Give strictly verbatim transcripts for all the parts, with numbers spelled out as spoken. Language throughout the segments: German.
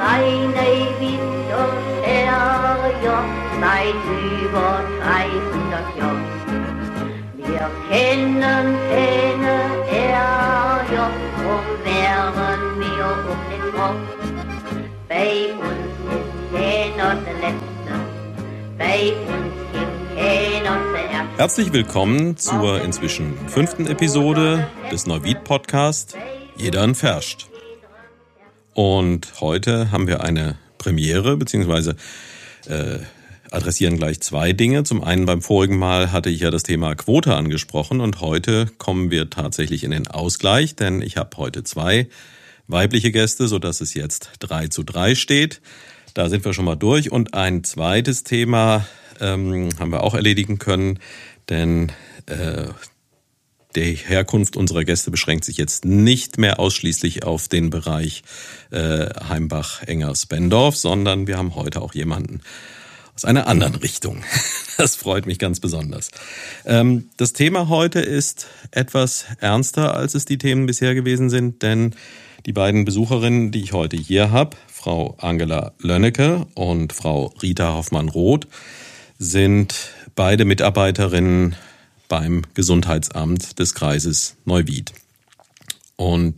Kleine Winterferien seit über dreihundert Jahren. Wir kennen keine Ärger, drum wären wir um den Rock. Bei uns ist keiner der Letzte, bei uns gibt keiner der Erste. Herzlich willkommen zur inzwischen fünften Episode des Neuwied-Podcasts Jeder ein Verscht. Und heute haben wir eine Premiere, beziehungsweise äh, adressieren gleich zwei Dinge. Zum einen, beim vorigen Mal hatte ich ja das Thema Quote angesprochen und heute kommen wir tatsächlich in den Ausgleich, denn ich habe heute zwei weibliche Gäste, sodass es jetzt drei zu drei steht. Da sind wir schon mal durch. Und ein zweites Thema ähm, haben wir auch erledigen können, denn äh, die Herkunft unserer Gäste beschränkt sich jetzt nicht mehr ausschließlich auf den Bereich äh, Heimbach-Engers-Bendorf, sondern wir haben heute auch jemanden aus einer anderen Richtung. Das freut mich ganz besonders. Ähm, das Thema heute ist etwas ernster, als es die Themen bisher gewesen sind, denn die beiden Besucherinnen, die ich heute hier habe, Frau Angela Lönnecke und Frau Rita Hoffmann-Roth, sind beide Mitarbeiterinnen beim Gesundheitsamt des Kreises Neuwied. Und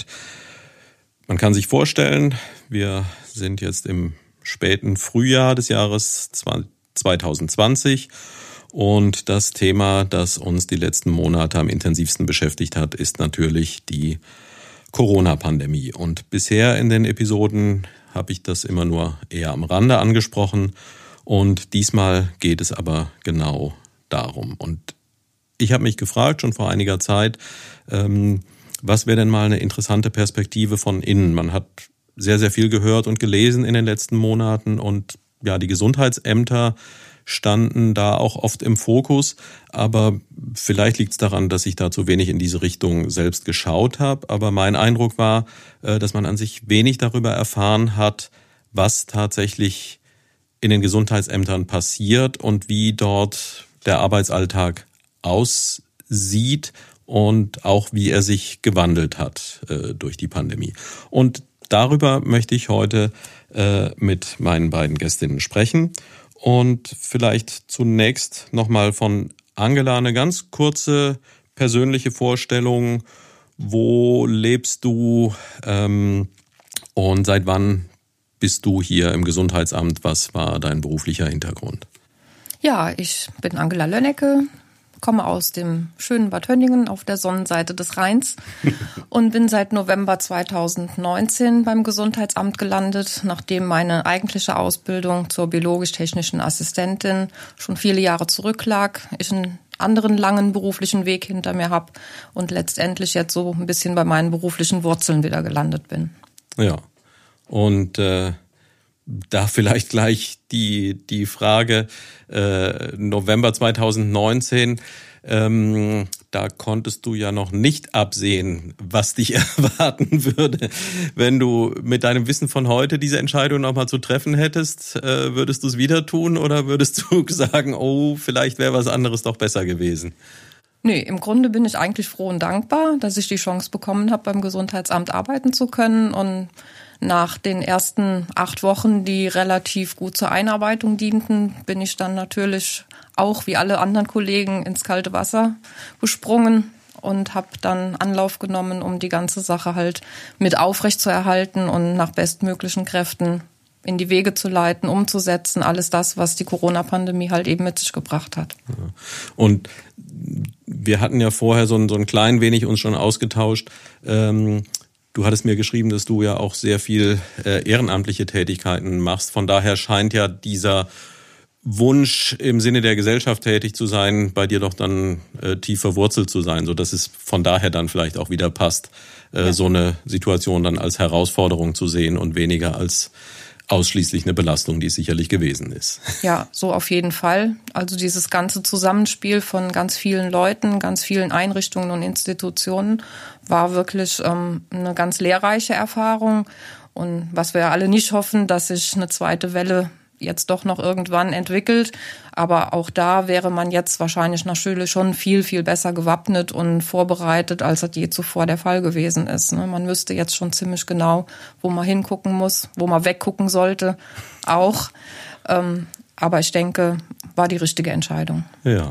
man kann sich vorstellen, wir sind jetzt im späten Frühjahr des Jahres zwanzig zwanzig und das Thema, das uns die letzten Monate am intensivsten beschäftigt hat, ist natürlich die Corona-Pandemie. Und bisher in den Episoden habe ich das immer nur eher am Rande angesprochen und diesmal geht es aber genau darum. Und ich habe mich gefragt, schon vor einiger Zeit, ähm, was wäre denn mal eine interessante Perspektive von innen? Man hat sehr, sehr viel gehört und gelesen in den letzten Monaten und ja, die Gesundheitsämter standen da auch oft im Fokus, aber vielleicht liegt es daran, dass ich da zu wenig in diese Richtung selbst geschaut habe. Aber mein Eindruck war, dass man an sich wenig darüber erfahren hat, was tatsächlich in den Gesundheitsämtern passiert und wie dort der Arbeitsalltag aussieht und auch wie er sich gewandelt hat äh, durch die Pandemie. Und darüber möchte ich heute äh, mit meinen beiden Gästinnen sprechen und vielleicht zunächst nochmal von Angela eine ganz kurze persönliche Vorstellung. Wo lebst du ähm, und seit wann bist du hier im Gesundheitsamt? Was war dein beruflicher Hintergrund? Ja, ich bin Angela Lönnecke, komme aus dem schönen Bad Hönningen auf der Sonnenseite des Rheins und bin seit November zweitausendneunzehn beim Gesundheitsamt gelandet, nachdem meine eigentliche Ausbildung zur biologisch-technischen Assistentin schon viele Jahre zurücklag. Ich einen anderen langen beruflichen Weg hinter mir habe und letztendlich jetzt so ein bisschen bei meinen beruflichen Wurzeln wieder gelandet bin. Ja, und äh da vielleicht gleich die die Frage, äh, November zweitausendneunzehn, ähm, da konntest du ja noch nicht absehen, was dich erwarten würde. Wenn du mit deinem Wissen von heute diese Entscheidung nochmal zu treffen hättest, äh, würdest du es wieder tun oder würdest du sagen, oh, vielleicht wäre was anderes doch besser gewesen? Nee, im Grunde bin ich eigentlich froh und dankbar, dass ich die Chance bekommen habe, beim Gesundheitsamt arbeiten zu können. Und nach den ersten acht Wochen, die relativ gut zur Einarbeitung dienten, bin ich dann natürlich auch wie alle anderen Kollegen ins kalte Wasser gesprungen und habe dann Anlauf genommen, um die ganze Sache halt mit aufrecht zu erhalten und nach bestmöglichen Kräften in die Wege zu leiten, umzusetzen, alles das, was die Corona-Pandemie halt eben mit sich gebracht hat. Und wir hatten ja vorher so ein, so ein klein wenig uns schon ausgetauscht. Ähm, du hattest mir geschrieben, dass du ja auch sehr viel äh, ehrenamtliche Tätigkeiten machst. Von daher scheint ja dieser Wunsch, im Sinne der Gesellschaft tätig zu sein, bei dir doch dann äh, tief verwurzelt zu sein, sodass es von daher dann vielleicht auch wieder passt, äh, ja. so eine Situation dann als Herausforderung zu sehen und weniger als ausschließlich eine Belastung, die es sicherlich gewesen ist. Ja, so auf jeden Fall. Also dieses ganze Zusammenspiel von ganz vielen Leuten, ganz vielen Einrichtungen und Institutionen war wirklich ähm, eine ganz lehrreiche Erfahrung. Und was wir alle nicht hoffen, dass sich eine zweite Welle jetzt doch noch irgendwann entwickelt. Aber auch da wäre man jetzt wahrscheinlich nach Schule schon viel, viel besser gewappnet und vorbereitet, als das je zuvor der Fall gewesen ist. Man wüsste jetzt schon ziemlich genau, wo man hingucken muss, wo man weggucken sollte auch. Aber ich denke, war die richtige Entscheidung. Ja.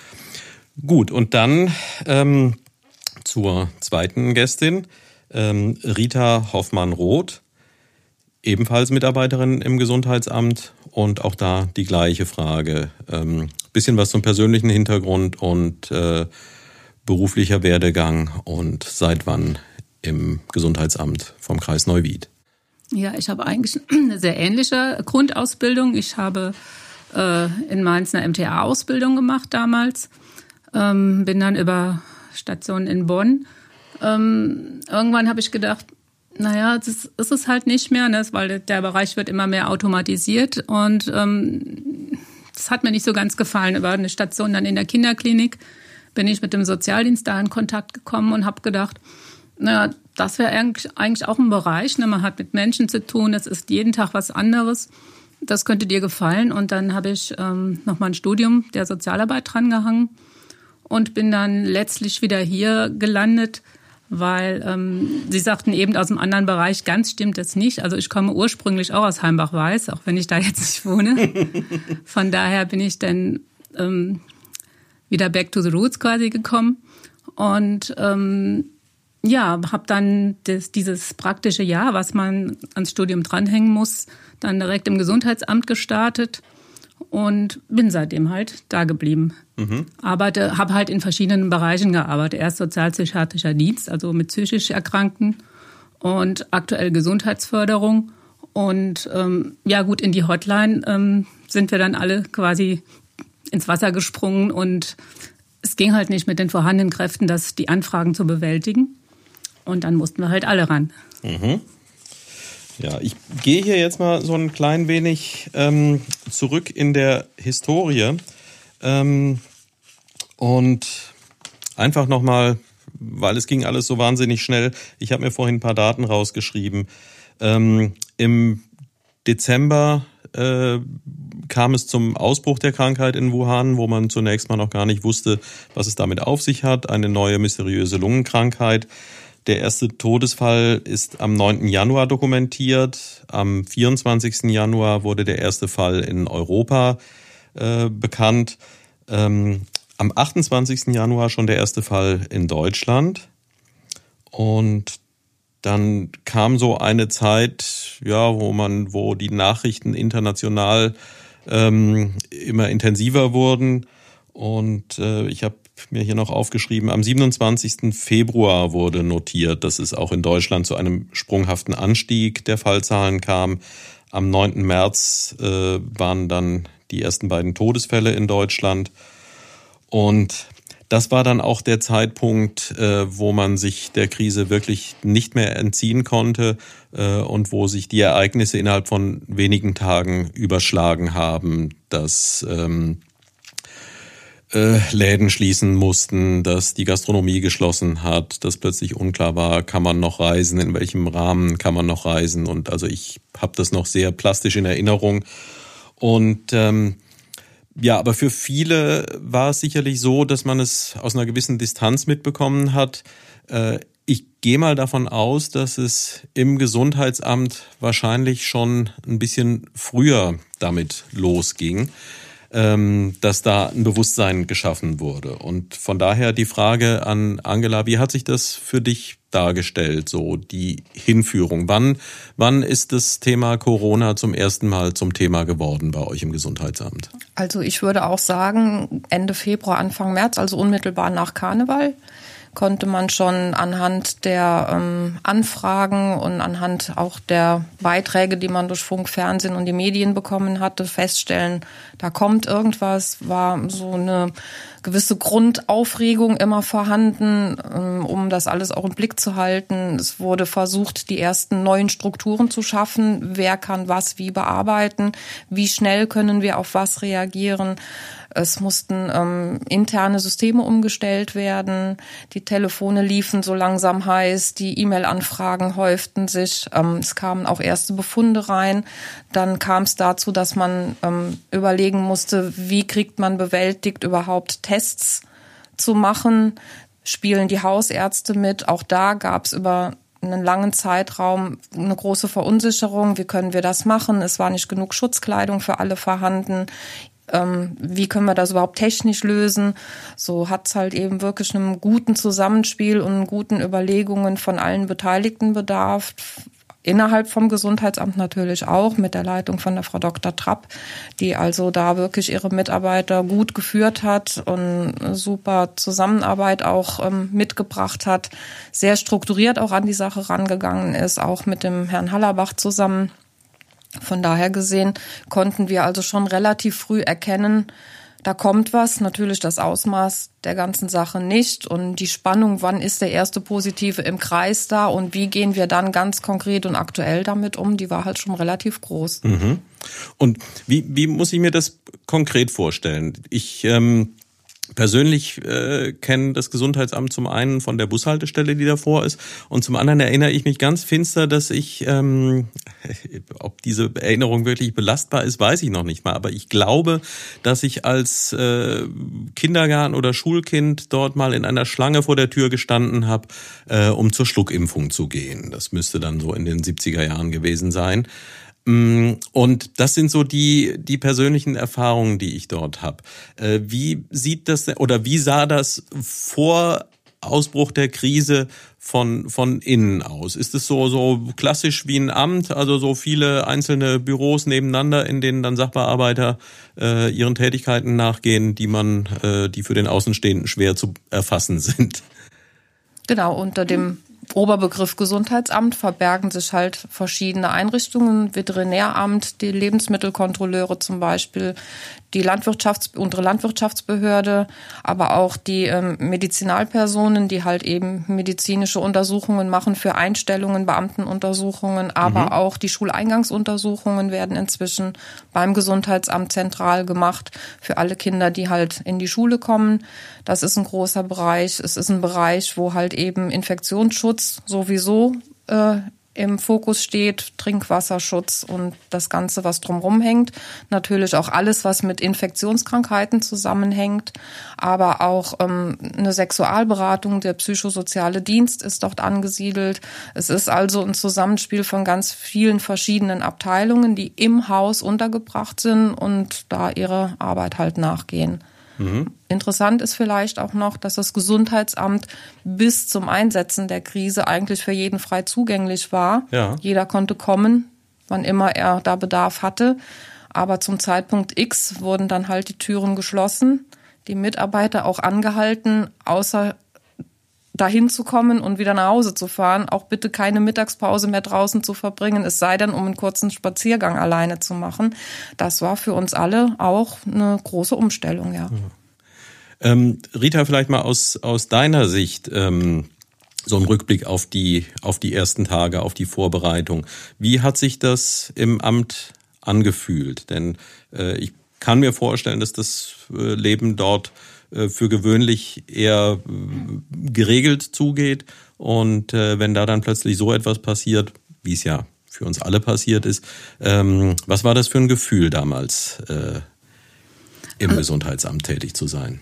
Gut, und dann ähm, zur zweiten Gästin, ähm, Rita Hoffmann-Roth. Ebenfalls Mitarbeiterin im Gesundheitsamt und auch da die gleiche Frage. Ähm, bisschen was zum persönlichen Hintergrund und äh, beruflicher Werdegang und seit wann im Gesundheitsamt vom Kreis Neuwied. Ja, ich habe eigentlich eine sehr ähnliche Grundausbildung. Ich habe äh, in Mainz eine M T A-Ausbildung gemacht damals, ähm, bin dann über Stationen in Bonn. Ähm, irgendwann habe ich gedacht, naja, das ist es halt nicht mehr, ne, weil der Bereich wird immer mehr automatisiert und ähm, das hat mir nicht so ganz gefallen. Über eine Station dann in der Kinderklinik bin ich mit dem Sozialdienst da in Kontakt gekommen und habe gedacht, naja, das wäre eigentlich, eigentlich auch ein Bereich, ne, man hat mit Menschen zu tun, es ist jeden Tag was anderes, das könnte dir gefallen. Und dann habe ich ähm, nochmal ein Studium der Sozialarbeit drangehangen und bin dann letztlich wieder hier gelandet, weil ähm, Sie sagten eben aus einem anderen Bereich, ganz stimmt das nicht. Also ich komme ursprünglich auch aus Heimbach-Weiß, auch wenn ich da jetzt nicht wohne. Von daher bin ich dann ähm, wieder back to the roots quasi gekommen und ähm, ja, habe dann das, dieses praktische Jahr, was man ans Studium dranhängen muss, dann direkt im Gesundheitsamt gestartet und bin seitdem halt da geblieben. Mhm. Arbeite, habe halt in verschiedenen Bereichen gearbeitet. Erst sozialpsychiatrischer Dienst, also mit psychisch Erkrankten und aktuell Gesundheitsförderung. Und ähm, ja gut, in die Hotline ähm, sind wir dann alle quasi ins Wasser gesprungen und es ging halt nicht mit den vorhandenen Kräften, das die Anfragen zu bewältigen. Und dann mussten wir halt alle ran. Mhm. Ja, ich gehe hier jetzt mal so ein klein wenig ähm, zurück in der Historie ähm, und einfach nochmal, weil es ging alles so wahnsinnig schnell, ich habe mir vorhin ein paar Daten rausgeschrieben. Ähm, im Dezember äh, kam es zum Ausbruch der Krankheit in Wuhan, wo man zunächst mal noch gar nicht wusste, was es damit auf sich hat. Eine neue mysteriöse Lungenkrankheit. Der erste Todesfall ist am neunten Januar dokumentiert. Am vierundzwanzigsten Januar wurde der erste Fall in Europa äh, bekannt. Ähm, am achtundzwanzigsten Januar schon der erste Fall in Deutschland. Und dann kam so eine Zeit, ja, wo man, wo die Nachrichten international ähm, immer intensiver wurden. Und äh, ich habe mir hier noch aufgeschrieben, am siebenundzwanzigsten Februar wurde notiert, dass es auch in Deutschland zu einem sprunghaften Anstieg der Fallzahlen kam. Am neunten März äh, waren dann die ersten beiden Todesfälle in Deutschland. Und das war dann auch der Zeitpunkt, äh, wo man sich der Krise wirklich nicht mehr entziehen konnte äh, und wo sich die Ereignisse innerhalb von wenigen Tagen überschlagen haben, dass ähm, Läden schließen mussten, dass die Gastronomie geschlossen hat, dass plötzlich unklar war, kann man noch reisen, in welchem Rahmen kann man noch reisen. Und also ich habe das noch sehr plastisch in Erinnerung. Und ähm, ja, aber für viele war es sicherlich so, dass man es aus einer gewissen Distanz mitbekommen hat. Äh, ich gehe mal davon aus, dass es im Gesundheitsamt wahrscheinlich schon ein bisschen früher damit losging, dass da ein Bewusstsein geschaffen wurde. Und von daher die Frage an Angela, wie hat sich das für dich dargestellt, so die Hinführung? Wann, wann ist das Thema Corona zum ersten Mal zum Thema geworden bei euch im Gesundheitsamt? Also ich würde auch sagen, Ende Februar, Anfang März, also unmittelbar nach Karneval, konnte man schon anhand der ähm, Anfragen und anhand auch der Beiträge, die man durch Funk, Fernsehen und die Medien bekommen hatte, feststellen, da kommt irgendwas. War so eine gewisse Grundaufregung immer vorhanden, um das alles auch im Blick zu halten. Es wurde versucht, die ersten neuen Strukturen zu schaffen. Wer kann was wie bearbeiten? Wie schnell können wir auf was reagieren? Es mussten ähm, interne Systeme umgestellt werden. Die Telefone liefen so langsam heiß. Die E-Mail-Anfragen häuften sich. Ähm, es kamen auch erste Befunde rein. Dann kam es dazu, dass man ähm, überlegen musste, wie kriegt man bewältigt, überhaupt Tests zu machen. Spielen die Hausärzte mit? Auch da gab es über einen langen Zeitraum eine große Verunsicherung. Wie können wir das machen? Es war nicht genug Schutzkleidung für alle vorhanden. Wie können wir das überhaupt technisch lösen? So hat es halt eben wirklich einem guten Zusammenspiel und guten Überlegungen von allen Beteiligten bedarf. Innerhalb vom Gesundheitsamt natürlich auch, mit der Leitung von der Frau Doktor Trapp, die also da wirklich ihre Mitarbeiter gut geführt hat und super Zusammenarbeit auch ähm, mitgebracht hat, sehr strukturiert auch an die Sache rangegangen ist, auch mit dem Herrn Hallerbach zusammen. Von daher gesehen konnten wir also schon relativ früh erkennen, da kommt was, natürlich das Ausmaß der ganzen Sache nicht und die Spannung, wann ist der erste Positive im Kreis da und wie gehen wir dann ganz konkret und aktuell damit um, die war halt schon relativ groß. Mhm. Und wie, wie muss ich mir das konkret vorstellen? Ich ähm persönlich äh, kenne das Gesundheitsamt zum einen von der Bushaltestelle, die davor ist, und zum anderen erinnere ich mich ganz finster, dass ich, ähm, ob diese Erinnerung wirklich belastbar ist, weiß ich noch nicht mal, aber ich glaube, dass ich als äh, Kindergarten- oder Schulkind dort mal in einer Schlange vor der Tür gestanden habe, äh, um zur Schluckimpfung zu gehen. Das müsste dann so in den siebziger Jahren gewesen sein. Und das sind so die die persönlichen Erfahrungen, die ich dort habe. Wie sieht das oder wie sah das vor Ausbruch der Krise von von innen aus? Ist es so so klassisch wie ein Amt, also so viele einzelne Büros nebeneinander, in denen dann Sachbearbeiter äh, ihren Tätigkeiten nachgehen, die man äh, die für den Außenstehenden schwer zu erfassen sind? Genau, unter dem Oberbegriff Gesundheitsamt verbergen sich halt verschiedene Einrichtungen, Veterinäramt, die Lebensmittelkontrolleure zum Beispiel, die Landwirtschafts-, unsere Landwirtschaftsbehörde, aber auch die ähm, Medizinalpersonen, die halt eben medizinische Untersuchungen machen für Einstellungen, Beamtenuntersuchungen, aber mhm. auch die Schuleingangsuntersuchungen werden inzwischen beim Gesundheitsamt zentral gemacht für alle Kinder, die halt in die Schule kommen. Das ist ein großer Bereich. Es ist ein Bereich, wo halt eben Infektionsschutz sowieso äh, im Fokus steht, Trinkwasserschutz und das Ganze, was drumherum hängt. Natürlich auch alles, was mit Infektionskrankheiten zusammenhängt, aber auch ähm, eine Sexualberatung, der psychosoziale Dienst ist dort angesiedelt. Es ist also ein Zusammenspiel von ganz vielen verschiedenen Abteilungen, die im Haus untergebracht sind und da ihre Arbeit halt nachgehen. Mhm. Interessant ist vielleicht auch noch, dass das Gesundheitsamt bis zum Einsetzen der Krise eigentlich für jeden frei zugänglich war. Ja. Jeder konnte kommen, wann immer er da Bedarf hatte. Aber zum Zeitpunkt X wurden dann halt die Türen geschlossen, die Mitarbeiter auch angehalten, außer dahin zu kommen und wieder nach Hause zu fahren, auch bitte keine Mittagspause mehr draußen zu verbringen, es sei denn, um einen kurzen Spaziergang alleine zu machen. Das war für uns alle auch eine große Umstellung, ja. Mhm. Ähm, Rita, vielleicht mal aus aus deiner Sicht ähm, so ein Rückblick auf die auf die ersten Tage, auf die Vorbereitung. Wie hat sich das im Amt angefühlt? Denn äh, ich kann mir vorstellen, dass das äh, Leben dort äh, für gewöhnlich eher äh, geregelt zugeht. Und äh, wenn da dann plötzlich so etwas passiert, wie es ja für uns alle passiert ist, ähm, was war das für ein Gefühl damals, äh, im also, Gesundheitsamt tätig zu sein?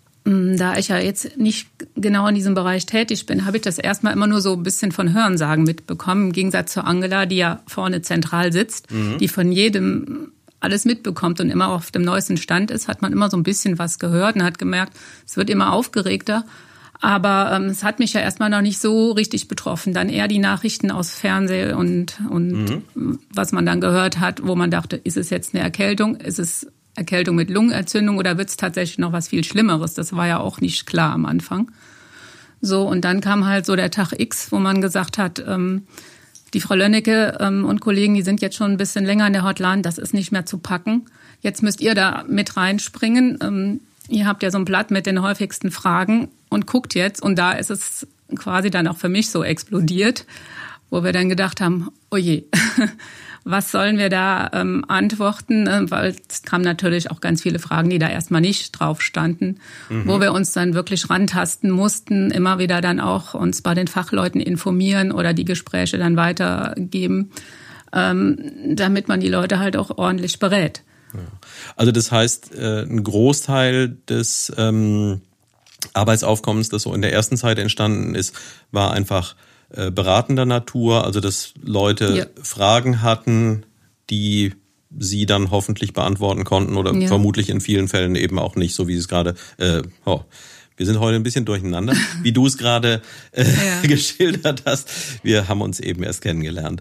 Da ich ja jetzt nicht genau in diesem Bereich tätig bin, habe ich das erstmal immer nur so ein bisschen von Hörensagen mitbekommen. Im Gegensatz zu Angela, die ja vorne zentral sitzt, mhm. die von jedem alles mitbekommt und immer auf dem neuesten Stand ist, hat man immer so ein bisschen was gehört und hat gemerkt, es wird immer aufgeregter. Aber ähm, es hat mich ja erstmal noch nicht so richtig betroffen. Dann eher die Nachrichten aus Fernsehen und, und mhm. was man dann gehört hat, wo man dachte, ist es jetzt eine Erkältung? Ist es Erkältung mit Lungenentzündung oder wird es tatsächlich noch was viel Schlimmeres? Das war ja auch nicht klar am Anfang. So, und dann kam halt so der Tag X, wo man gesagt hat, ähm, die Frau Lönnecke ähm, und Kollegen, die sind jetzt schon ein bisschen länger in der Hotline, das ist nicht mehr zu packen. Jetzt müsst ihr da mit reinspringen. Ähm, ihr habt ja so ein Blatt mit den häufigsten Fragen und guckt jetzt, und da ist es quasi dann auch für mich so explodiert, wo wir dann gedacht haben, oh je, was sollen wir da ähm, antworten? Weil es kamen natürlich auch ganz viele Fragen, die da erstmal nicht drauf standen, mhm. wo wir uns dann wirklich rantasten mussten, immer wieder dann auch uns bei den Fachleuten informieren oder die Gespräche dann weitergeben, ähm, damit man die Leute halt auch ordentlich berät. Ja. Also das heißt, ein Großteil des ähm, Arbeitsaufkommens, das so in der ersten Zeit entstanden ist, war einfach äh, beratender Natur, also dass Leute ja. Fragen hatten, die sie dann hoffentlich beantworten konnten oder ja. vermutlich in vielen Fällen eben auch nicht, so wie es gerade, äh, oh, wir sind heute ein bisschen durcheinander, wie du es gerade äh, ja. geschildert hast. Wir haben uns eben erst kennengelernt.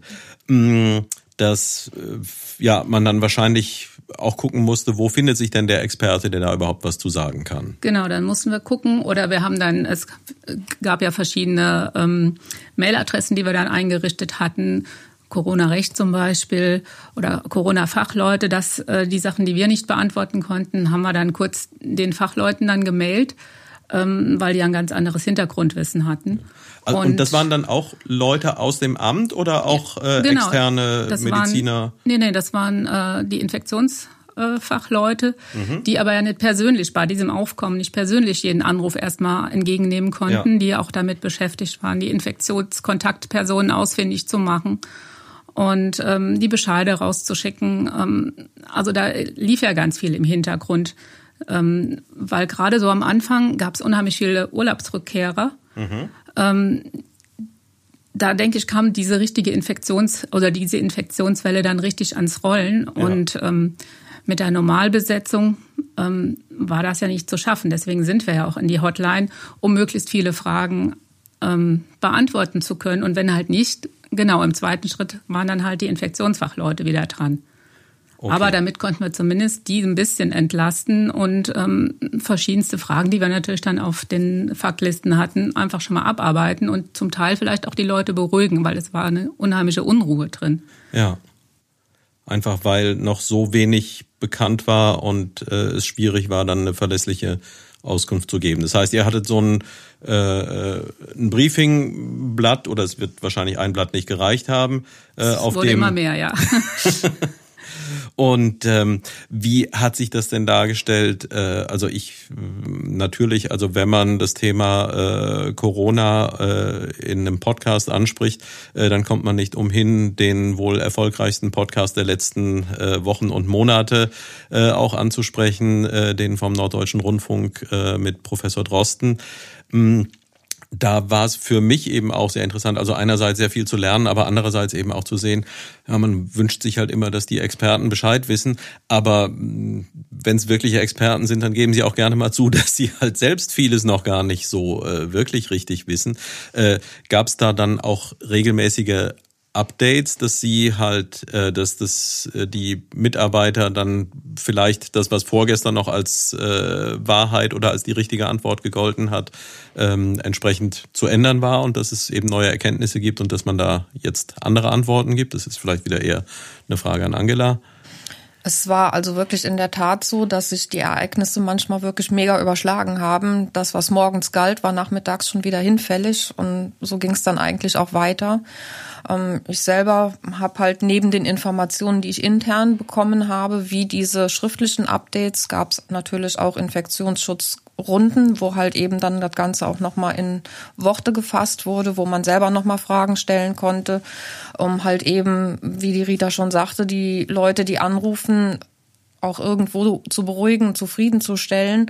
Dass äh, ja, man dann wahrscheinlich auch gucken musste, wo findet sich denn der Experte, der da überhaupt was zu sagen kann. Genau, dann mussten wir gucken oder wir haben dann, es gab ja verschiedene ähm, Mailadressen, die wir dann eingerichtet hatten, Corona-Recht zum Beispiel oder Corona-Fachleute, dass äh, die Sachen, die wir nicht beantworten konnten, haben wir dann kurz den Fachleuten dann gemailt, ähm, weil die ein ganz anderes Hintergrundwissen hatten. Also, und, und das waren dann auch Leute aus dem Amt oder auch äh, genau, externe das Mediziner? Waren, nee, nee, das waren äh, die Infektionsfachleute, mhm. die aber ja nicht persönlich bei diesem Aufkommen nicht persönlich jeden Anruf erstmal entgegennehmen konnten, ja. die auch damit beschäftigt waren, die Infektionskontaktpersonen ausfindig zu machen und ähm, die Bescheide rauszuschicken. Ähm, also da lief ja ganz viel im Hintergrund, ähm, weil gerade so am Anfang gab es unheimlich viele Urlaubsrückkehrer. Mhm. Ähm, da denke ich, kam diese richtige Infektions- oder diese Infektionswelle dann richtig ans Rollen. Ja. Und ähm, mit der Normalbesetzung ähm, war das ja nicht zu schaffen. Deswegen sind wir ja auch in die Hotline, um möglichst viele Fragen ähm, beantworten zu können. Und wenn halt nicht, genau, im zweiten Schritt waren dann halt die Infektionsfachleute wieder dran. Okay. Aber damit konnten wir zumindest die ein bisschen entlasten und ähm, verschiedenste Fragen, die wir natürlich dann auf den Faktlisten hatten, einfach schon mal abarbeiten und zum Teil vielleicht auch die Leute beruhigen, weil es war eine unheimliche Unruhe drin. Ja, einfach weil noch so wenig bekannt war und äh, es schwierig war, dann eine verlässliche Auskunft zu geben. Das heißt, ihr hattet so ein, äh, ein Briefingblatt, oder es wird wahrscheinlich ein Blatt nicht gereicht haben. Äh, es auf wurde dem immer mehr, ja. Und ähm, wie hat sich das denn dargestellt? Äh, also ich natürlich, also wenn man das Thema äh, Corona äh, in einem Podcast anspricht, äh, dann kommt man nicht umhin, den wohl erfolgreichsten Podcast der letzten äh, Wochen und Monate äh, auch anzusprechen, äh, den vom Norddeutschen Rundfunk äh, mit Professor Drosten. Mm. Da war es für mich eben auch sehr interessant, also einerseits sehr viel zu lernen, aber andererseits eben auch zu sehen, ja, man wünscht sich halt immer, dass die Experten Bescheid wissen, aber wenn es wirkliche Experten sind, dann geben sie auch gerne mal zu, dass sie halt selbst vieles noch gar nicht so äh, wirklich richtig wissen. Äh, gab es da dann auch regelmäßige Updates, dass sie halt, äh, dass das äh, die Mitarbeiter dann vielleicht das, was vorgestern noch als äh, Wahrheit oder als die richtige Antwort gegolten hat, ähm, entsprechend zu ändern war und dass es eben neue Erkenntnisse gibt und dass man da jetzt andere Antworten gibt. Das ist vielleicht wieder eher eine Frage an Angela. Es war also wirklich in der Tat so, dass sich die Ereignisse manchmal wirklich mega überschlagen haben. Das, was morgens galt, war nachmittags schon wieder hinfällig und so ging es dann eigentlich auch weiter. Ich selber habe halt neben den Informationen, die ich intern bekommen habe, wie diese schriftlichen Updates, gab es natürlich auch Infektionsschutzrunden, wo halt eben dann das Ganze auch nochmal in Worte gefasst wurde, wo man selber nochmal Fragen stellen konnte, um halt eben, wie die Rita schon sagte, die Leute, die anrufen, auch irgendwo zu beruhigen, zufriedenzustellen.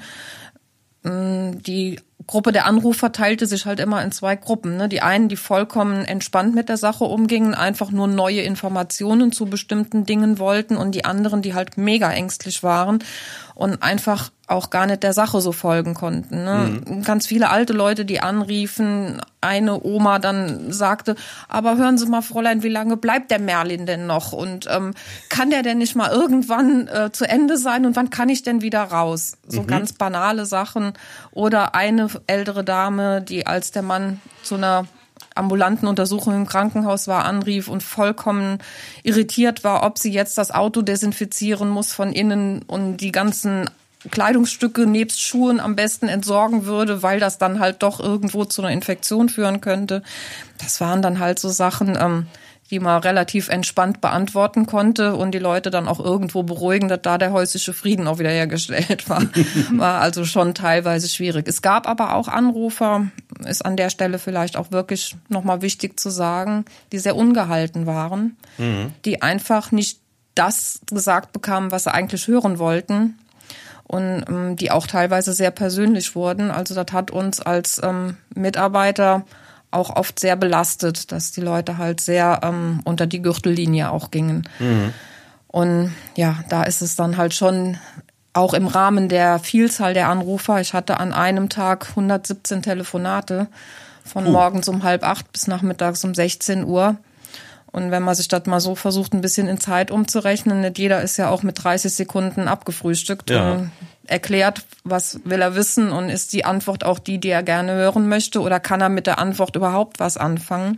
Die Gruppe der Anrufer teilte sich halt immer in zwei Gruppen. Ne? Die einen, die vollkommen entspannt mit der Sache umgingen, einfach nur neue Informationen zu bestimmten Dingen wollten und die anderen, die halt mega ängstlich waren und einfach auch gar nicht der Sache so folgen konnten. Ne? Mhm. Ganz viele alte Leute, die anriefen, eine Oma dann sagte, aber hören Sie mal, Fräulein, wie lange bleibt der Merlin denn noch? Und ähm, kann der denn nicht mal irgendwann äh, zu Ende sein und wann kann ich denn wieder raus? So mhm. ganz banale Sachen. Oder eine ältere Dame, die als der Mann zu einer ambulanten Untersuchung im Krankenhaus war, anrief und vollkommen irritiert war, ob sie jetzt das Auto desinfizieren muss von innen und die ganzen Kleidungsstücke nebst Schuhen am besten entsorgen würde, weil das dann halt doch irgendwo zu einer Infektion führen könnte. Das waren dann halt so Sachen, ähm, die man relativ entspannt beantworten konnte und die Leute dann auch irgendwo beruhigen, dass da der häusliche Frieden auch wieder hergestellt war. War also schon teilweise schwierig. Es gab aber auch Anrufer, ist an der Stelle vielleicht auch wirklich nochmal wichtig zu sagen, die sehr ungehalten waren, mhm. die einfach nicht das gesagt bekamen, was sie eigentlich hören wollten und ähm, die auch teilweise sehr persönlich wurden. Also das hat uns als ähm, Mitarbeiter auch oft sehr belastet, dass die Leute halt sehr ähm, unter die Gürtellinie auch gingen. Mhm. Und ja, da ist es dann halt schon auch im Rahmen der Vielzahl der Anrufer. Ich hatte an einem Tag hundertsiebzehn Telefonate von uh. morgens um halb acht bis nachmittags um sechzehn Uhr. Und wenn man sich das mal so versucht, ein bisschen in Zeit umzurechnen, nicht jeder ist ja auch mit dreißig Sekunden abgefrühstückt ja. und erklärt, was will er wissen und ist die Antwort auch die, die er gerne hören möchte oder kann er mit der Antwort überhaupt was anfangen?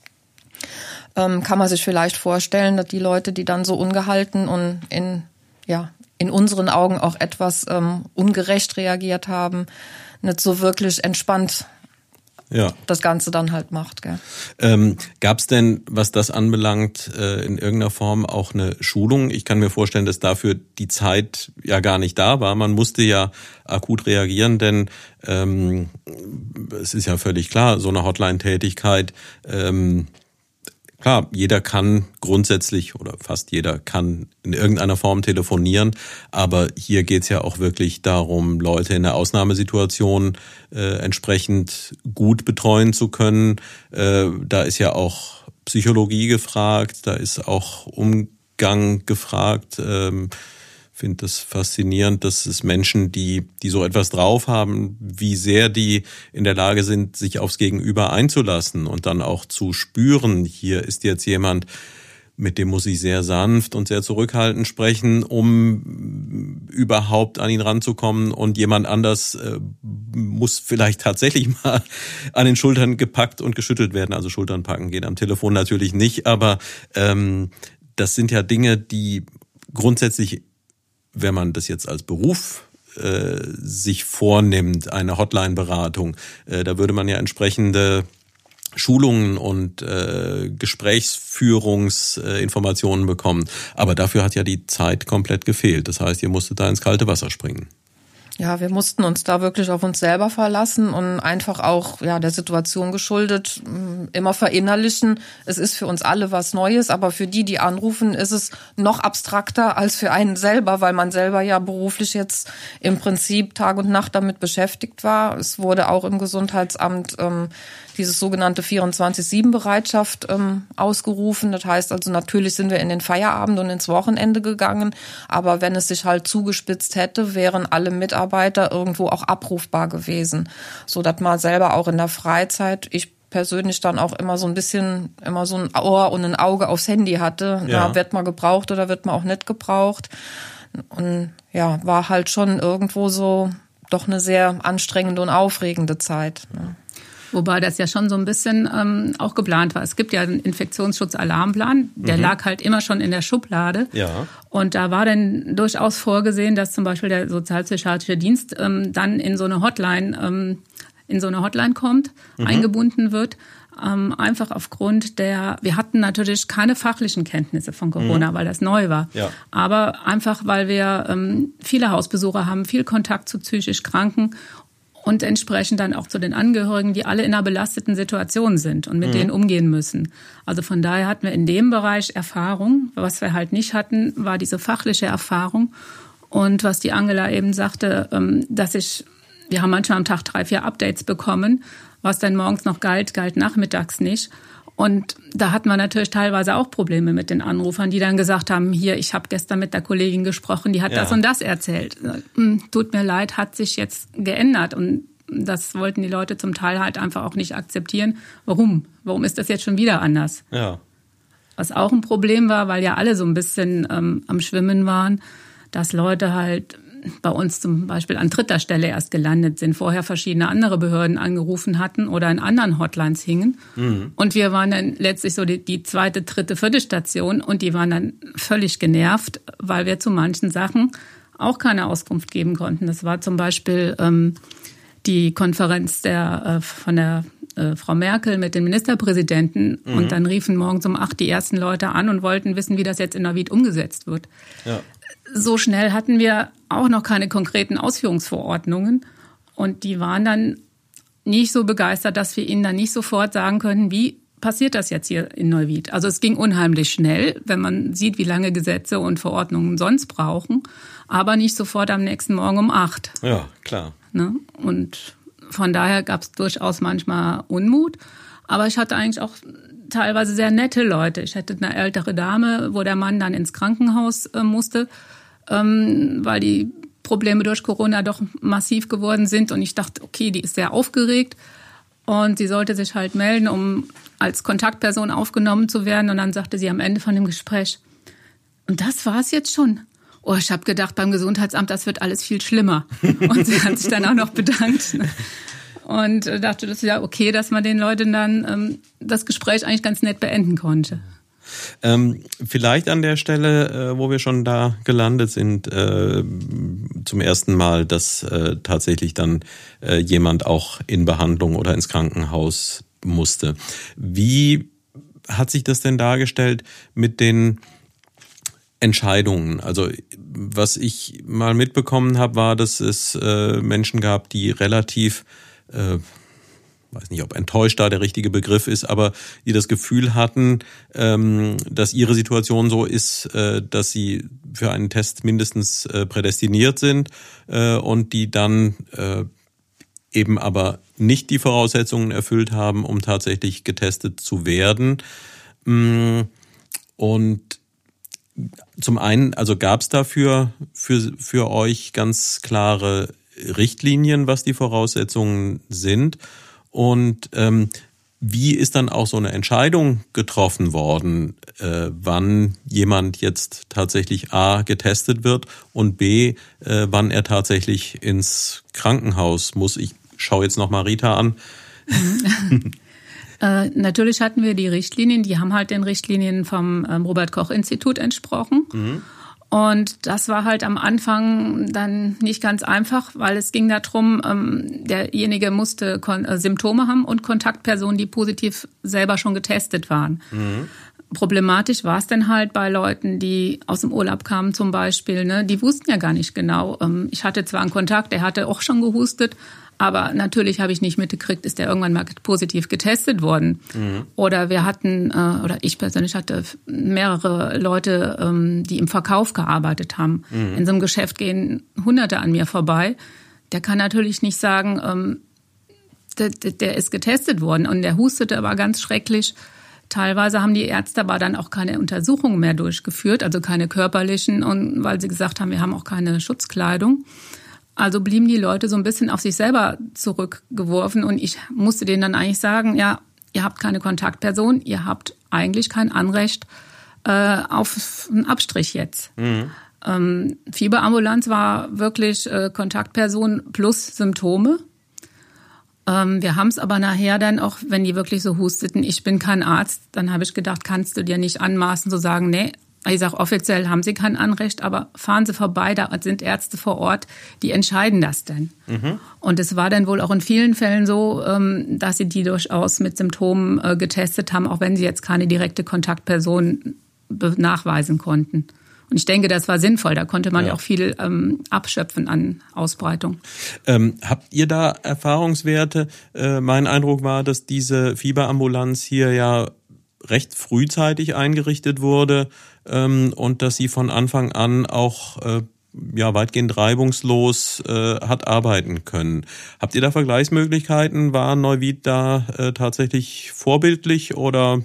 Ähm, kann man sich vielleicht vorstellen, dass die Leute, die dann so ungehalten und in, ja, in unseren Augen auch etwas ähm, ungerecht reagiert haben, nicht so wirklich entspannt ja. das Ganze dann halt macht. Gell? Ähm, gab es denn, was das anbelangt, äh, in irgendeiner Form auch eine Schulung? Ich kann mir vorstellen, dass dafür die Zeit ja gar nicht da war. Man musste ja akut reagieren, denn ähm, es ist ja völlig klar, so eine Hotline-Tätigkeit, ähm, klar, jeder kann grundsätzlich oder fast jeder kann in irgendeiner Form telefonieren, aber hier geht's ja auch wirklich darum, Leute in der Ausnahmesituation äh, entsprechend gut betreuen zu können. Äh, da ist ja auch Psychologie gefragt, da ist auch Umgang gefragt. Ähm, finde das faszinierend, dass es Menschen, die die so etwas drauf haben, wie sehr die in der Lage sind, sich aufs Gegenüber einzulassen und dann auch zu spüren, hier ist jetzt jemand, mit dem muss ich sehr sanft und sehr zurückhaltend sprechen, um überhaupt an ihn ranzukommen und jemand anders äh, muss vielleicht tatsächlich mal an den Schultern gepackt und geschüttelt werden. Also Schultern packen geht am Telefon natürlich nicht, aber ähm, das sind ja Dinge, die grundsätzlich, wenn man das jetzt als Beruf äh, sich vornimmt, eine Hotline-Beratung, äh, da würde man ja entsprechende Schulungen und äh, Gesprächsführungsinformationen äh, bekommen. Aber dafür hat ja die Zeit komplett gefehlt. Das heißt, ihr musstet da ins kalte Wasser springen. Ja, wir mussten uns da wirklich auf uns selber verlassen und einfach auch ja der Situation geschuldet immer verinnerlichen. Es ist für uns alle was Neues, aber für die, die anrufen, ist es noch abstrakter als für einen selber, weil man selber ja beruflich jetzt im Prinzip Tag und Nacht damit beschäftigt war. Es wurde auch im Gesundheitsamt ähm, dieses sogenannte vierundzwanzig sieben Bereitschaft ähm, ausgerufen. Das heißt also, natürlich sind wir in den Feierabend und ins Wochenende gegangen, aber wenn es sich halt zugespitzt hätte, wären alle Mitarbeiter irgendwo auch abrufbar gewesen, so dass man selber auch in der Freizeit, ich persönlich dann auch immer so ein bisschen, immer so ein Ohr und ein Auge aufs Handy hatte. Ja. Na, wird man gebraucht oder wird man auch nicht gebraucht? Und ja, war halt schon irgendwo so doch eine sehr anstrengende und aufregende Zeit. Ne? Wobei das ja schon so ein bisschen ähm, auch geplant war. Es gibt ja einen Infektionsschutzalarmplan, der mhm. lag halt immer schon in der Schublade. Ja. Und da war dann durchaus vorgesehen, dass zum Beispiel der sozialpsychiatrische Dienst ähm, dann in so eine Hotline, ähm, in so eine Hotline kommt, mhm. eingebunden wird. Ähm, einfach aufgrund der, wir hatten natürlich keine fachlichen Kenntnisse von Corona, mhm. weil das neu war. Ja. Aber einfach, weil wir ähm, viele Hausbesucher haben, viel Kontakt zu psychisch Kranken und entsprechend dann auch zu den Angehörigen, die alle in einer belasteten Situation sind und mit mhm. denen umgehen müssen. Also von daher hatten wir in dem Bereich Erfahrung. Was wir halt nicht hatten, war diese fachliche Erfahrung. Und was die Angela eben sagte, dass ich, wir haben manchmal am Tag drei, vier Updates bekommen, was dann morgens noch galt, galt nachmittags nicht. Und da hatten wir natürlich teilweise auch Probleme mit den Anrufern, die dann gesagt haben, hier, ich habe gestern mit der Kollegin gesprochen, die hat ja. das und das erzählt. Tut mir leid, hat sich jetzt geändert. Und das wollten die Leute zum Teil halt einfach auch nicht akzeptieren. Warum? Warum ist das jetzt schon wieder anders? Ja. Was auch ein Problem war, weil ja alle so ein bisschen ähm, am Schwimmen waren, dass Leute halt bei uns zum Beispiel an dritter Stelle erst gelandet sind, vorher verschiedene andere Behörden angerufen hatten oder in anderen Hotlines hingen. Mhm. Und wir waren dann letztlich so die, die zweite, dritte, vierte Station und die waren dann völlig genervt, weil wir zu manchen Sachen auch keine Auskunft geben konnten. Das war zum Beispiel ähm, die Konferenz der, äh, von der äh, Frau Merkel mit den Ministerpräsidenten. Mhm. Und dann riefen morgens um acht die ersten Leute an und wollten wissen, wie das jetzt in Neuwied umgesetzt wird. Ja. So schnell hatten wir auch noch keine konkreten Ausführungsverordnungen. Und die waren dann nicht so begeistert, dass wir ihnen dann nicht sofort sagen können, wie passiert das jetzt hier in Neuwied. Also es ging unheimlich schnell, wenn man sieht, wie lange Gesetze und Verordnungen sonst brauchen, aber nicht sofort am nächsten Morgen um acht. Ja, klar. Ne? Und von daher gab es durchaus manchmal Unmut, aber ich hatte eigentlich auch teilweise sehr nette Leute. Ich hatte eine ältere Dame, wo der Mann dann ins Krankenhaus äh, musste, ähm, weil die Probleme durch Corona doch massiv geworden sind. Und ich dachte, okay, die ist sehr aufgeregt und sie sollte sich halt melden, um als Kontaktperson aufgenommen zu werden. Und dann sagte sie am Ende von dem Gespräch, und das war es jetzt schon. Oh, ich habe gedacht, beim Gesundheitsamt, das wird alles viel schlimmer. Und sie hat sich dann auch noch bedankt. Und dachte, das ist ja okay, dass man den Leuten dann ähm, das Gespräch eigentlich ganz nett beenden konnte. Ähm, vielleicht an der Stelle, äh, wo wir schon da gelandet sind, äh, zum ersten Mal, dass äh, tatsächlich dann äh, jemand auch in Behandlung oder ins Krankenhaus musste. Wie hat sich das denn dargestellt mit den Entscheidungen? Also was ich mal mitbekommen habe, war, dass es äh, Menschen gab, die relativ äh, weiß nicht, ob enttäuscht da der richtige Begriff ist, aber die das Gefühl hatten, ähm, dass ihre Situation so ist, äh, dass sie für einen Test mindestens äh, prädestiniert sind äh, und die dann äh, eben aber nicht die Voraussetzungen erfüllt haben, um tatsächlich getestet zu werden. Und zum einen, also gab es dafür für, für euch ganz klare Richtlinien, was die Voraussetzungen sind? Und ähm, wie ist dann auch so eine Entscheidung getroffen worden, äh, wann jemand jetzt tatsächlich A, getestet wird und B, äh, wann er tatsächlich ins Krankenhaus muss? Ich schaue jetzt noch mal Rita an. äh, natürlich hatten wir die Richtlinien, die haben halt den Richtlinien vom ähm, Robert-Koch-Institut entsprochen. Mhm. Und das war halt am Anfang dann nicht ganz einfach, weil es ging darum, ähm, derjenige musste Kon- äh, Symptome haben und Kontaktpersonen, die positiv selber schon getestet waren. Mhm. Problematisch war es dann halt bei Leuten, die aus dem Urlaub kamen zum Beispiel. Ne? Die wussten ja gar nicht genau. Ähm, ich hatte zwar einen Kontakt, der hatte auch schon gehustet, aber natürlich habe ich nicht mitgekriegt, ist der irgendwann mal positiv getestet worden. Mhm. Oder wir hatten, äh, oder ich persönlich hatte mehrere Leute, ähm, die im Verkauf gearbeitet haben. Mhm. In so einem Geschäft gehen Hunderte an mir vorbei. Der kann natürlich nicht sagen, ähm, der, der ist getestet worden und der hustete aber ganz schrecklich. Teilweise haben die Ärzte aber dann auch keine Untersuchungen mehr durchgeführt, also keine körperlichen, und weil sie gesagt haben, wir haben auch keine Schutzkleidung. Also blieben die Leute so ein bisschen auf sich selber zurückgeworfen und ich musste denen dann eigentlich sagen, ja, ihr habt keine Kontaktperson, ihr habt eigentlich kein Anrecht äh, auf einen Abstrich jetzt. Mhm. Ähm, Fieberambulanz war wirklich äh, Kontaktperson plus Symptome. Ähm, wir haben es aber nachher dann auch, wenn die wirklich so husteten, ich bin kein Arzt, dann habe ich gedacht, kannst du dir nicht anmaßen zu sagen, nee, ich sage, offiziell haben sie kein Anrecht, aber fahren Sie vorbei, da sind Ärzte vor Ort, die entscheiden das denn. Mhm. Und es war dann wohl auch in vielen Fällen so, dass sie die durchaus mit Symptomen getestet haben, auch wenn sie jetzt keine direkte Kontaktperson nachweisen konnten. Und ich denke, das war sinnvoll, da konnte man ja, ja auch viel ähm, abschöpfen an Ausbreitung. Ähm, habt ihr da Erfahrungswerte? Äh, mein Eindruck war, dass diese Fieberambulanz hier ja recht frühzeitig eingerichtet wurde ähm, und dass sie von Anfang an auch äh, ja weitgehend reibungslos äh, hat arbeiten können. Habt ihr da Vergleichsmöglichkeiten? War Neuwied da äh, tatsächlich vorbildlich oder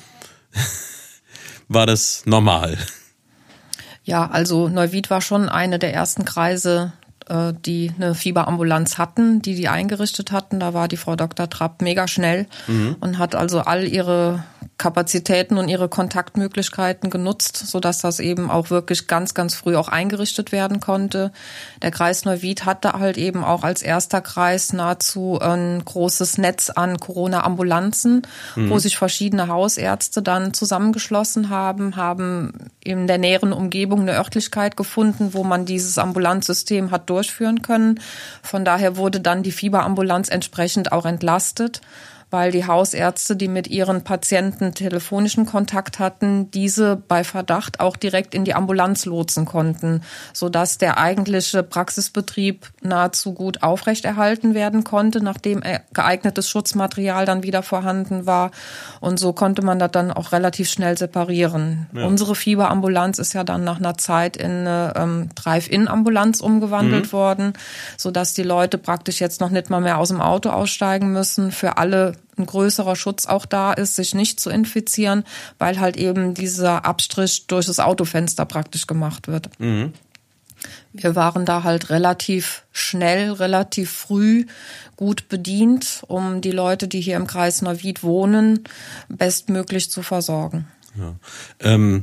war das normal? Ja, also Neuwied war schon eine der ersten Kreise, die eine Fieberambulanz hatten, die die eingerichtet hatten. Da war die Frau Doktor Trapp mega schnell mhm. und hat also all ihre Kapazitäten und ihre Kontaktmöglichkeiten genutzt, sodass das eben auch wirklich ganz, ganz früh auch eingerichtet werden konnte. Der Kreis Neuwied hatte halt eben auch als erster Kreis nahezu ein großes Netz an Corona-Ambulanzen, mhm. wo sich verschiedene Hausärzte dann zusammengeschlossen haben, haben in der näheren Umgebung eine Örtlichkeit gefunden, wo man dieses Ambulanzsystem hat durchführen können. Von daher wurde dann die Fieberambulanz entsprechend auch entlastet, weil die Hausärzte, die mit ihren Patienten telefonischen Kontakt hatten, diese bei Verdacht auch direkt in die Ambulanz lotsen konnten, sodass der eigentliche Praxisbetrieb nahezu gut aufrechterhalten werden konnte, nachdem geeignetes Schutzmaterial dann wieder vorhanden war. Und so konnte man das dann auch relativ schnell separieren. Ja. Unsere Fieberambulanz ist ja dann nach einer Zeit in eine ähm, Drive-In-Ambulanz umgewandelt mhm. worden, sodass die Leute praktisch jetzt noch nicht mal mehr aus dem Auto aussteigen müssen. Für alle ein größerer Schutz auch da ist, sich nicht zu infizieren, weil halt eben dieser Abstrich durch das Autofenster praktisch gemacht wird. Mhm. Wir waren da halt relativ schnell, relativ früh gut bedient, um die Leute, die hier im Kreis Neuwied wohnen, bestmöglich zu versorgen. Ja. Ähm,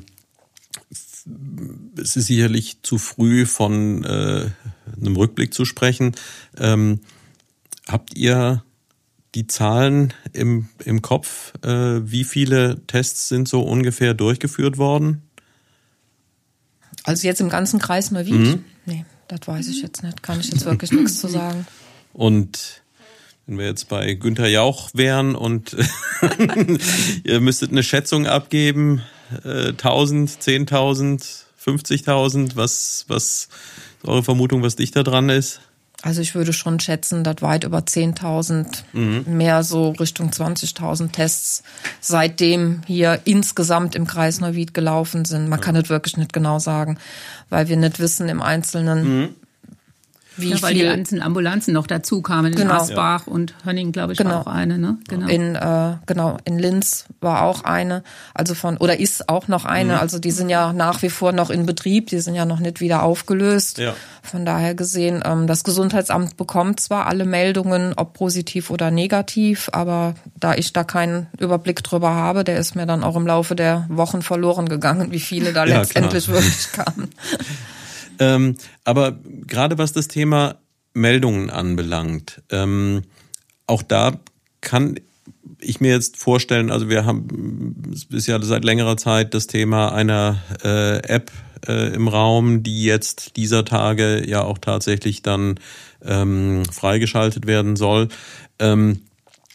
es ist sicherlich zu früh von äh, einem Rückblick zu sprechen. Ähm, habt ihr die Zahlen im, im Kopf, äh, wie viele Tests sind so ungefähr durchgeführt worden? Also jetzt im ganzen Kreis Neuwied? Mhm. Nee, das weiß ich jetzt nicht. Kann ich jetzt wirklich nichts zu sagen. Und wenn wir jetzt bei Günther Jauch wären und ihr müsstet eine Schätzung abgeben, äh, tausend, zehntausend, fünfzigtausend, was, was ist eure Vermutung, was dichter dran ist? Also ich würde schon schätzen, dass weit über zehntausend, mhm. mehr so Richtung zwanzigtausend Tests seitdem hier insgesamt im Kreis Neuwied gelaufen sind. Man ja. kann das wirklich nicht genau sagen, weil wir nicht wissen im Einzelnen, mhm. wie ja, weil viel. die ganzen Ambulanzen noch dazu kamen. In genau. Asbach ja. und Hönning, glaube ich, genau. war auch eine. Ne? Genau. In, äh, genau, in Linz war auch eine, also von, oder ist auch noch eine. Mhm. Also die sind ja nach wie vor noch in Betrieb, die sind ja noch nicht wieder aufgelöst. Ja. Von daher gesehen, ähm, das Gesundheitsamt bekommt zwar alle Meldungen, ob positiv oder negativ, aber da ich da keinen Überblick drüber habe, der ist mir dann auch im Laufe der Wochen verloren gegangen, wie viele da ja, letztendlich klar. wirklich kamen. Ähm, aber gerade was das Thema Meldungen anbelangt, ähm, auch da kann ich mir jetzt vorstellen, also wir haben, es ist ja seit längerer Zeit das Thema einer äh, App äh, im Raum, die jetzt dieser Tage ja auch tatsächlich dann ähm, freigeschaltet werden soll. Ähm,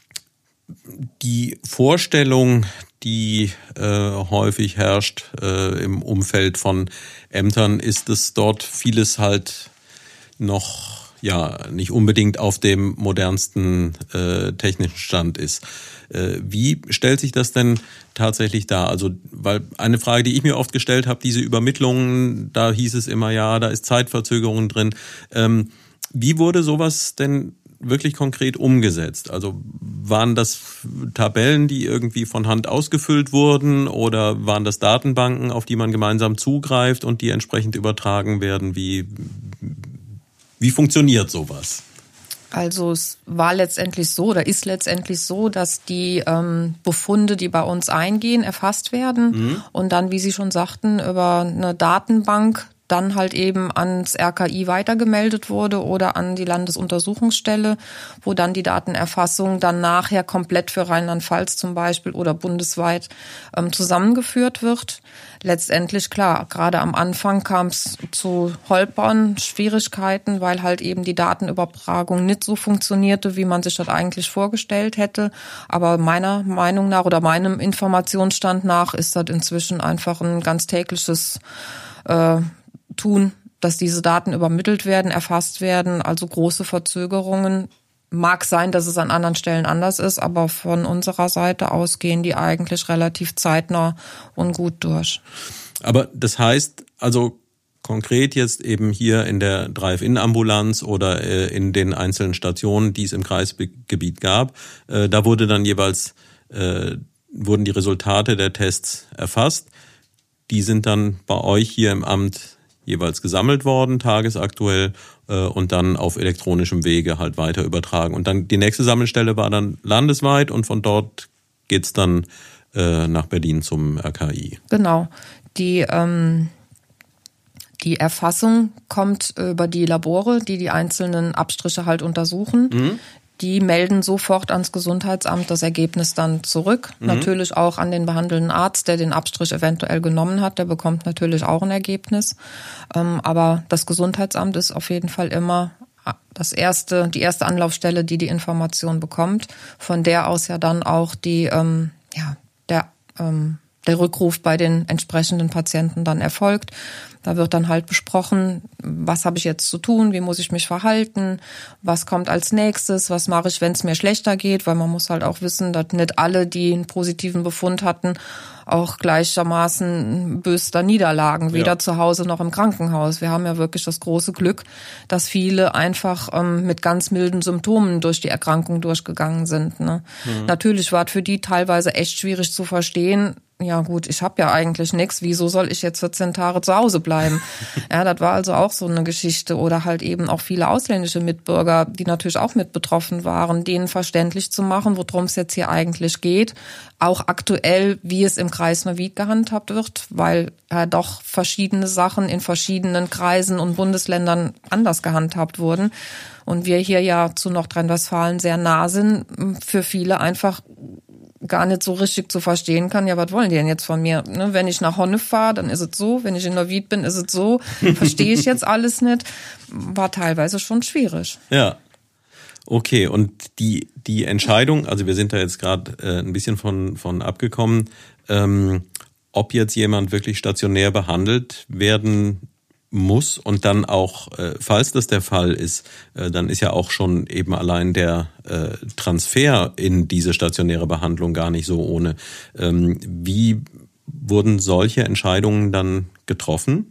die Vorstellung, die äh, häufig herrscht äh, im Umfeld von Ämtern, ist, dass dort vieles halt noch ja nicht unbedingt auf dem modernsten äh, technischen Stand ist. Äh, wie stellt sich das denn tatsächlich dar? Also, weil eine Frage, die ich mir oft gestellt habe, diese Übermittlungen, da hieß es immer, ja, da ist Zeitverzögerung drin. Ähm, wie wurde sowas denn wirklich konkret umgesetzt? Also waren das Tabellen, die irgendwie von Hand ausgefüllt wurden, oder waren das Datenbanken, auf die man gemeinsam zugreift und die entsprechend übertragen werden? Wie, wie funktioniert sowas? Also es war letztendlich so oder ist letztendlich so, dass die ähm, Befunde, die bei uns eingehen, erfasst werden mhm. und dann, wie Sie schon sagten, über eine Datenbank dann halt eben ans R K I weitergemeldet wurde oder an die Landesuntersuchungsstelle, wo dann die Datenerfassung dann nachher komplett für Rheinland-Pfalz zum Beispiel oder bundesweit ähm, zusammengeführt wird. Letztendlich, klar, gerade am Anfang kam es zu Holpern, Schwierigkeiten, weil halt eben die Datenübertragung nicht so funktionierte, wie man sich das eigentlich vorgestellt hätte. Aber meiner Meinung nach oder meinem Informationsstand nach ist das inzwischen einfach ein ganz tägliches äh, tun, dass diese Daten übermittelt werden, erfasst werden. Also große Verzögerungen. Mag sein, dass es an anderen Stellen anders ist, aber von unserer Seite aus gehen die eigentlich relativ zeitnah und gut durch. Aber das heißt, also konkret jetzt eben hier in der Drive-In-Ambulanz oder in den einzelnen Stationen, die es im Kreisgebiet gab, da wurde dann jeweils, wurden die Resultate der Tests erfasst. Die sind dann bei euch hier im Amt jeweils gesammelt worden, tagesaktuell, äh, und dann auf elektronischem Wege halt weiter übertragen. Und dann die nächste Sammelstelle war dann landesweit und von dort geht's dann äh, nach Berlin zum R K I. Genau. Die, ähm, die Erfassung kommt über die Labore, die die einzelnen Abstriche halt untersuchen. Mhm. Die melden sofort ans Gesundheitsamt das Ergebnis dann zurück. Mhm. Natürlich auch an den behandelnden Arzt, der den Abstrich eventuell genommen hat. Der bekommt natürlich auch ein Ergebnis. Ähm, aber das Gesundheitsamt ist auf jeden Fall immer das erste, die erste Anlaufstelle, die die Information bekommt. Von der aus ja dann auch die, ähm, ja, der, ähm, der Rückruf bei den entsprechenden Patienten dann erfolgt. Da wird dann halt besprochen, was habe ich jetzt zu tun, wie muss ich mich verhalten, was kommt als nächstes, was mache ich, wenn es mir schlechter geht, weil man muss halt auch wissen, dass nicht alle, die einen positiven Befund hatten, auch gleichermaßen bös da niederlagen, weder ja. zu Hause noch im Krankenhaus. Wir haben ja wirklich das große Glück, dass viele einfach ähm, mit ganz milden Symptomen durch die Erkrankung durchgegangen sind. Ne? Mhm. Natürlich war es für die teilweise echt schwierig zu verstehen, ja gut, ich habe ja eigentlich nichts, wieso soll ich jetzt vierzehn Tage zu Hause bleiben? Ja, das war also auch so eine Geschichte. Oder halt eben auch viele ausländische Mitbürger, die natürlich auch mit betroffen waren, denen verständlich zu machen, worum es jetzt hier eigentlich geht. Auch aktuell, wie es im Kreis Neuwied gehandhabt wird, weil ja doch verschiedene Sachen in verschiedenen Kreisen und Bundesländern anders gehandhabt wurden. Und wir hier ja zu Nordrhein-Westfalen sehr nah sind, für viele einfach gar nicht so richtig zu verstehen kann, ja, was wollen die denn jetzt von mir? Ne, wenn ich nach Honnef fahre, dann ist es so, wenn ich in Neuwied bin, ist es so, verstehe ich jetzt alles nicht. War teilweise schon schwierig. Ja, okay, und die die Entscheidung, also wir sind da jetzt gerade äh, ein bisschen von von abgekommen, ähm, ob jetzt jemand wirklich stationär behandelt werden muss und dann auch, äh, falls das der Fall ist, äh, dann ist ja auch schon eben allein der äh, Transfer in diese stationäre Behandlung gar nicht so ohne. Ähm, wie wurden solche Entscheidungen dann getroffen?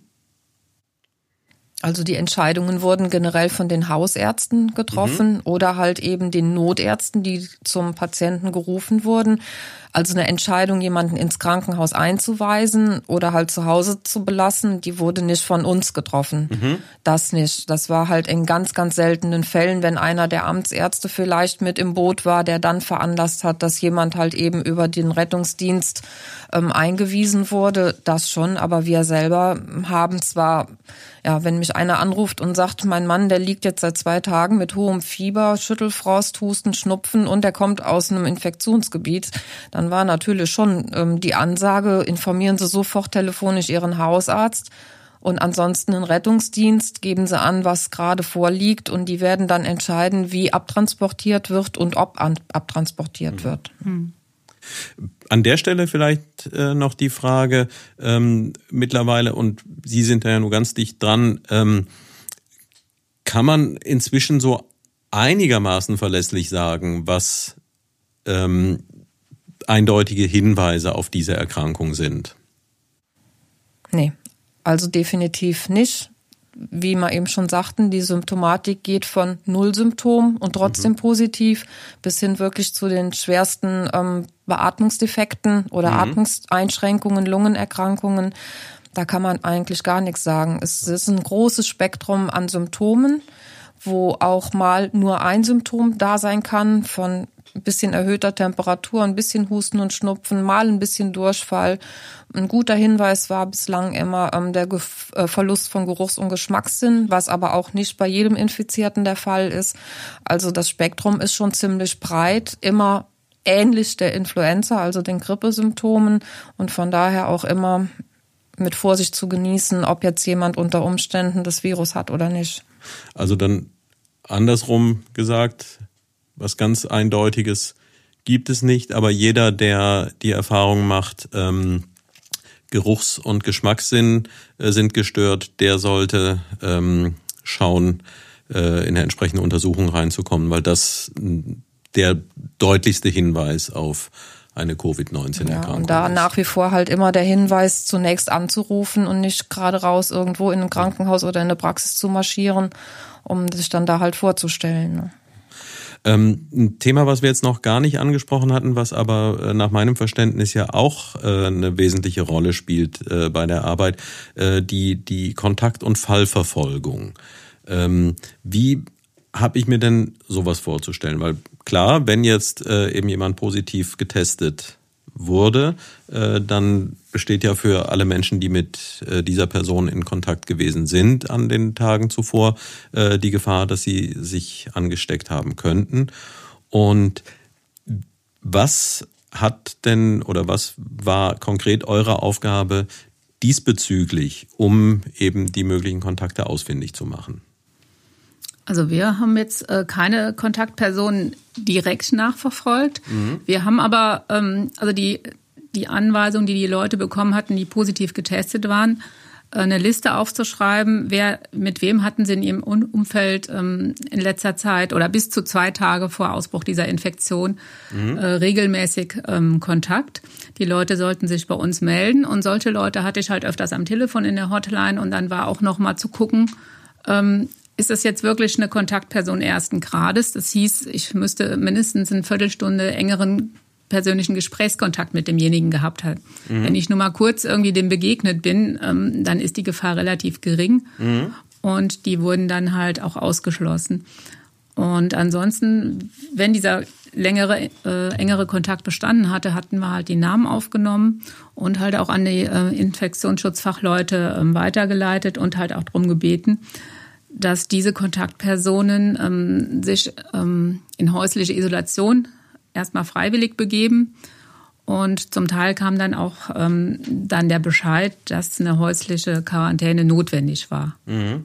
Also die Entscheidungen wurden generell von den Hausärzten getroffen mhm. oder halt eben den Notärzten, die zum Patienten gerufen wurden. Also eine Entscheidung, jemanden ins Krankenhaus einzuweisen oder halt zu Hause zu belassen, die wurde nicht von uns getroffen. Mhm. Das nicht. Das war halt in ganz, ganz seltenen Fällen, wenn einer der Amtsärzte vielleicht mit im Boot war, der dann veranlasst hat, dass jemand halt eben über den Rettungsdienst ähm, eingewiesen wurde. Das schon, aber wir selber haben zwar, ja, wenn mich einer anruft und sagt, mein Mann, der liegt jetzt seit zwei Tagen mit hohem Fieber, Schüttelfrost, Husten, Schnupfen und der kommt aus einem Infektionsgebiet, dann war natürlich schon ähm, die Ansage, informieren Sie sofort telefonisch Ihren Hausarzt und ansonsten einen Rettungsdienst, geben Sie an, was gerade vorliegt und die werden dann entscheiden, wie abtransportiert wird und ob an, abtransportiert mhm. wird. Mhm. An der Stelle vielleicht äh, noch die Frage, ähm, mittlerweile, und Sie sind da ja nur ganz dicht dran, ähm, kann man inzwischen so einigermaßen verlässlich sagen, was ähm, eindeutige Hinweise auf diese Erkrankung sind? Nee, also definitiv nicht. Wie wir eben schon sagten, die Symptomatik geht von Nullsymptom und trotzdem mhm. positiv bis hin wirklich zu den schwersten ähm, Beatmungsdefekten oder mhm. Atmungseinschränkungen, Lungenerkrankungen. Da kann man eigentlich gar nichts sagen. Es ist ein großes Spektrum an Symptomen, wo auch mal nur ein Symptom da sein kann, von ein bisschen erhöhter Temperatur, ein bisschen Husten und Schnupfen, mal ein bisschen Durchfall. Ein guter Hinweis war bislang immer ähm, der Ge- äh, Verlust von Geruchs- und Geschmackssinn, was aber auch nicht bei jedem Infizierten der Fall ist. Also das Spektrum ist schon ziemlich breit, immer ähnlich der Influenza, also den Grippesymptomen und von daher auch immer mit Vorsicht zu genießen, ob jetzt jemand unter Umständen das Virus hat oder nicht. Also dann andersrum gesagt, was ganz Eindeutiges gibt es nicht, aber jeder, der die Erfahrung macht, ähm, Geruchs- und Geschmackssinn äh, sind gestört, der sollte ähm, schauen, äh, in eine entsprechende Untersuchung reinzukommen, weil das der deutlichste Hinweis auf eine Covid neunzehn Erkrankung ja, und da ist. Nach wie vor halt immer der Hinweis, zunächst anzurufen und nicht gerade raus irgendwo in ein Krankenhaus oder in eine Praxis zu marschieren, um sich dann da halt vorzustellen. Ne? Ähm, ein Thema, was wir jetzt noch gar nicht angesprochen hatten, was aber äh, nach meinem Verständnis ja auch äh, eine wesentliche Rolle spielt äh, bei der Arbeit, äh, die die Kontakt- und Fallverfolgung. Ähm, wie habe ich mir denn sowas vorzustellen? Weil klar, wenn jetzt äh, eben jemand positiv getestet wurde, äh, dann besteht ja für alle Menschen, die mit äh, dieser Person in Kontakt gewesen sind an den Tagen zuvor, äh, die Gefahr, dass sie sich angesteckt haben könnten. Und was hat denn oder was war konkret eure Aufgabe diesbezüglich, um eben die möglichen Kontakte ausfindig zu machen? Also wir haben jetzt äh, keine Kontaktpersonen direkt nachverfolgt. Mhm. Wir haben aber ähm, also die die Anweisung, die die Leute bekommen hatten, die positiv getestet waren, äh, eine Liste aufzuschreiben, wer mit wem hatten sie in ihrem Umfeld ähm, in letzter Zeit oder bis zu zwei Tage vor Ausbruch dieser Infektion mhm. äh, regelmäßig ähm, Kontakt. Die Leute sollten sich bei uns melden und solche Leute hatte ich halt öfters am Telefon in der Hotline und dann war auch noch mal zu gucken, ähm, ist das jetzt wirklich eine Kontaktperson ersten Grades? Das hieß, ich müsste mindestens eine Viertelstunde engeren persönlichen Gesprächskontakt mit demjenigen gehabt haben. Mhm. Wenn ich nur mal kurz irgendwie dem begegnet bin, ähm, dann ist die Gefahr relativ gering. Mhm. Und die wurden dann halt auch ausgeschlossen. Und ansonsten, wenn dieser längere, äh, engere Kontakt bestanden hatte, hatten wir halt die Namen aufgenommen und halt auch an die äh, Infektionsschutzfachleute äh, weitergeleitet und halt auch darum gebeten, dass diese Kontaktpersonen ähm, sich ähm, in häusliche Isolation erstmal freiwillig begeben. Und zum Teil kam dann auch ähm, dann der Bescheid, dass eine häusliche Quarantäne notwendig war. Mhm.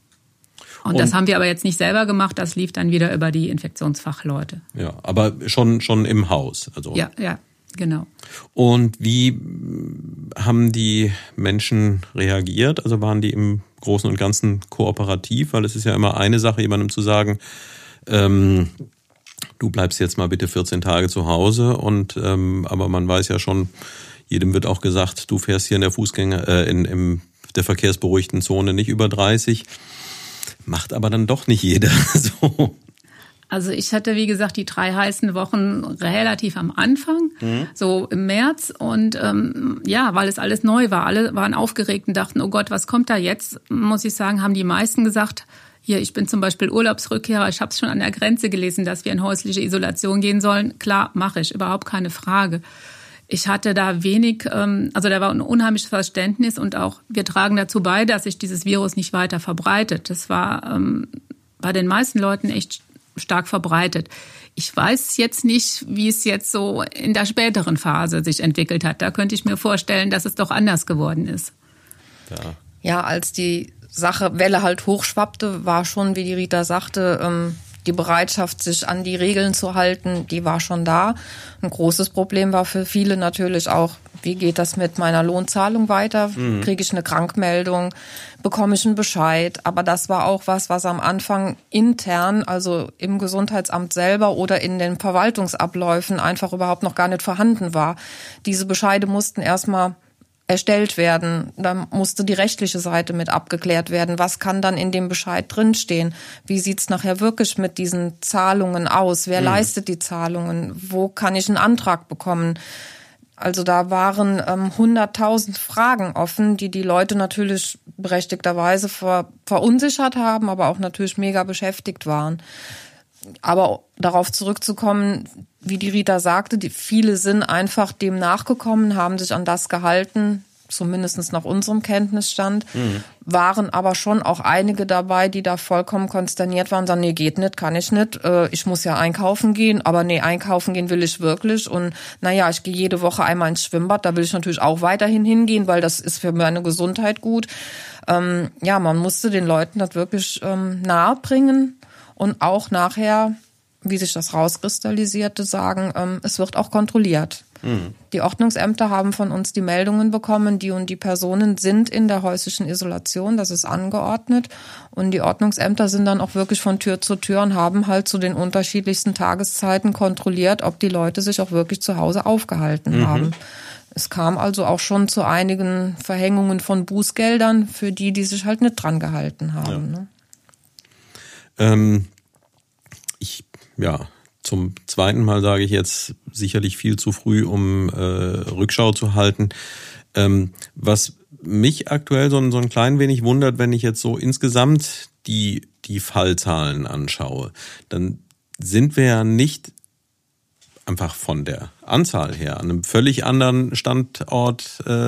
Und, Und das haben wir aber jetzt nicht selber gemacht, das lief dann wieder über die Infektionsfachleute. Ja, aber schon, schon im Haus. Also. Ja, ja. Genau. Und wie haben die Menschen reagiert? Also waren die im Großen und Ganzen kooperativ? Weil es ist ja immer eine Sache, jemandem zu sagen, ähm, du bleibst jetzt mal bitte vierzehn Tage zu Hause. Und ähm, aber man weiß ja schon, jedem wird auch gesagt, du fährst hier in der Fußgänger, äh, in, in der verkehrsberuhigten Zone nicht über dreißig. Macht aber dann doch nicht jeder so. Also ich hatte, wie gesagt, die drei heißen Wochen relativ am Anfang, mhm. so im März. Und ähm, ja, weil es alles neu war. Alle waren aufgeregt und dachten, oh Gott, was kommt da jetzt? Muss ich sagen, haben die meisten gesagt, hier, ich bin zum Beispiel Urlaubsrückkehrer, ich habe es schon an der Grenze gelesen, dass wir in häusliche Isolation gehen sollen. Klar, mache ich, überhaupt keine Frage. Ich hatte da wenig, ähm, also da war ein unheimliches Verständnis und auch wir tragen dazu bei, dass sich dieses Virus nicht weiter verbreitet. Das war ähm, bei den meisten Leuten echt stark verbreitet. Ich weiß jetzt nicht, wie es jetzt so in der späteren Phase sich entwickelt hat. Da könnte ich mir vorstellen, dass es doch anders geworden ist. Ja, ja, als die Sache Welle halt hochschwappte, war schon, wie die Rita sagte, ähm, die Bereitschaft, sich an die Regeln zu halten, die war schon da. Ein großes Problem war für viele natürlich auch, wie geht das mit meiner Lohnzahlung weiter? Mhm. Kriege ich eine Krankmeldung? Bekomme ich einen Bescheid? Aber das war auch was, was am Anfang intern, also im Gesundheitsamt selber oder in den Verwaltungsabläufen einfach überhaupt noch gar nicht vorhanden war. Diese Bescheide mussten erstmal erstellt werden. Da musste die rechtliche Seite mit abgeklärt werden. Was kann dann in dem Bescheid drinstehen? Wie sieht's nachher wirklich mit diesen Zahlungen aus? Wer mhm. leistet die Zahlungen? Wo kann ich einen Antrag bekommen? Also da waren ähm, hunderttausend Fragen offen, die die Leute natürlich berechtigterweise ver- verunsichert haben, aber auch natürlich mega beschäftigt waren. Aber darauf zurückzukommen, wie die Rita sagte, die viele sind einfach dem nachgekommen, haben sich an das gehalten, zumindest nach unserem Kenntnisstand, mhm. waren aber schon auch einige dabei, die da vollkommen konsterniert waren, sagen, nee, geht nicht, kann ich nicht, ich muss ja einkaufen gehen, aber nee, einkaufen gehen will ich wirklich und naja, ich gehe jede Woche einmal ins Schwimmbad, da will ich natürlich auch weiterhin hingehen, weil das ist für meine Gesundheit gut. Ähm, ja, man musste den Leuten das wirklich ähm, nahe bringen und auch nachher, wie sich das rauskristallisierte, sagen, ähm, es wird auch kontrolliert. Mhm. Die Ordnungsämter haben von uns die Meldungen bekommen, die und die Personen sind in der häuslichen Isolation, das ist angeordnet. Und die Ordnungsämter sind dann auch wirklich von Tür zu Tür und haben halt zu den unterschiedlichsten Tageszeiten kontrolliert, ob die Leute sich auch wirklich zu Hause aufgehalten mhm. haben. Es kam also auch schon zu einigen Verhängungen von Bußgeldern für die, die sich halt nicht dran gehalten haben. Ja. Ne? Ähm, ich, ja, zum zweiten Mal sage ich jetzt sicherlich viel zu früh, um äh, Rückschau zu halten. Ähm, was mich aktuell so, so ein klein wenig wundert, wenn ich jetzt so insgesamt die, die Fallzahlen anschaue, dann sind wir ja nicht einfach von der Anzahl her an einem völlig anderen Standort, äh,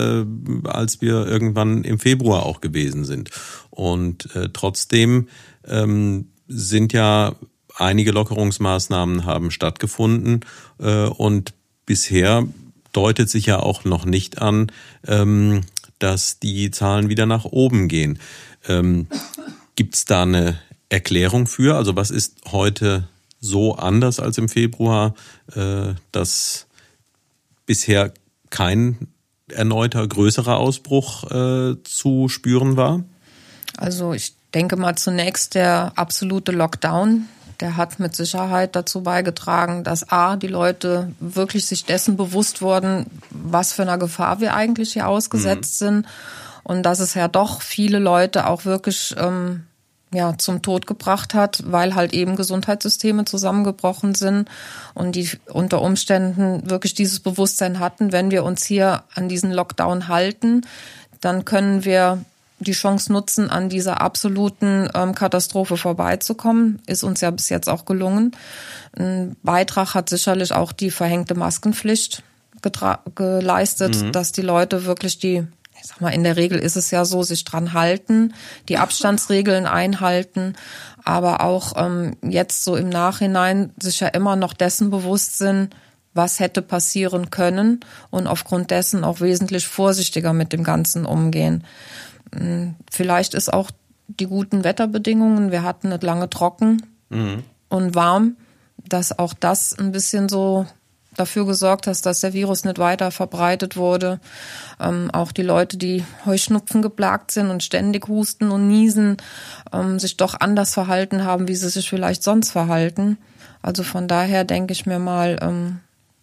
als wir irgendwann im Februar auch gewesen sind. Und äh, trotzdem ähm, sind ja einige Lockerungsmaßnahmen haben stattgefunden äh, und bisher deutet sich ja auch noch nicht an, ähm, dass die Zahlen wieder nach oben gehen. Ähm, gibt es da eine Erklärung für? Also was ist heute so anders als im Februar, äh, dass bisher kein erneuter größerer Ausbruch äh, zu spüren war? Also ich denke mal zunächst der absolute Lockdown, der hat mit Sicherheit dazu beigetragen, dass A, die Leute wirklich sich dessen bewusst wurden, was für eine Gefahr wir eigentlich hier ausgesetzt mhm. sind und dass es ja doch viele Leute auch wirklich ähm, ja, zum Tod gebracht hat, weil halt eben Gesundheitssysteme zusammengebrochen sind und die unter Umständen wirklich dieses Bewusstsein hatten, wenn wir uns hier an diesen Lockdown halten, dann können wir die Chance nutzen, an dieser absoluten ähm, Katastrophe vorbeizukommen. Ist uns ja bis jetzt auch gelungen. Ein Beitrag hat sicherlich auch die verhängte Maskenpflicht getra- geleistet, mhm. dass die Leute wirklich die, ich sag mal, in der Regel ist es ja so, sich dran halten, die Abstandsregeln einhalten, aber auch ähm, jetzt so im Nachhinein sich ja immer noch dessen bewusst sind, was hätte passieren können und aufgrund dessen auch wesentlich vorsichtiger mit dem Ganzen umgehen. Vielleicht ist auch die guten Wetterbedingungen, wir hatten es lange trocken mhm. und warm, dass auch das ein bisschen so dafür gesorgt hat, dass der Virus nicht weiter verbreitet wurde. Ähm, auch die Leute, die Heuschnupfen geplagt sind und ständig husten und niesen, ähm, sich doch anders verhalten haben, wie sie sich vielleicht sonst verhalten. Also von daher denke ich mir mal, ähm,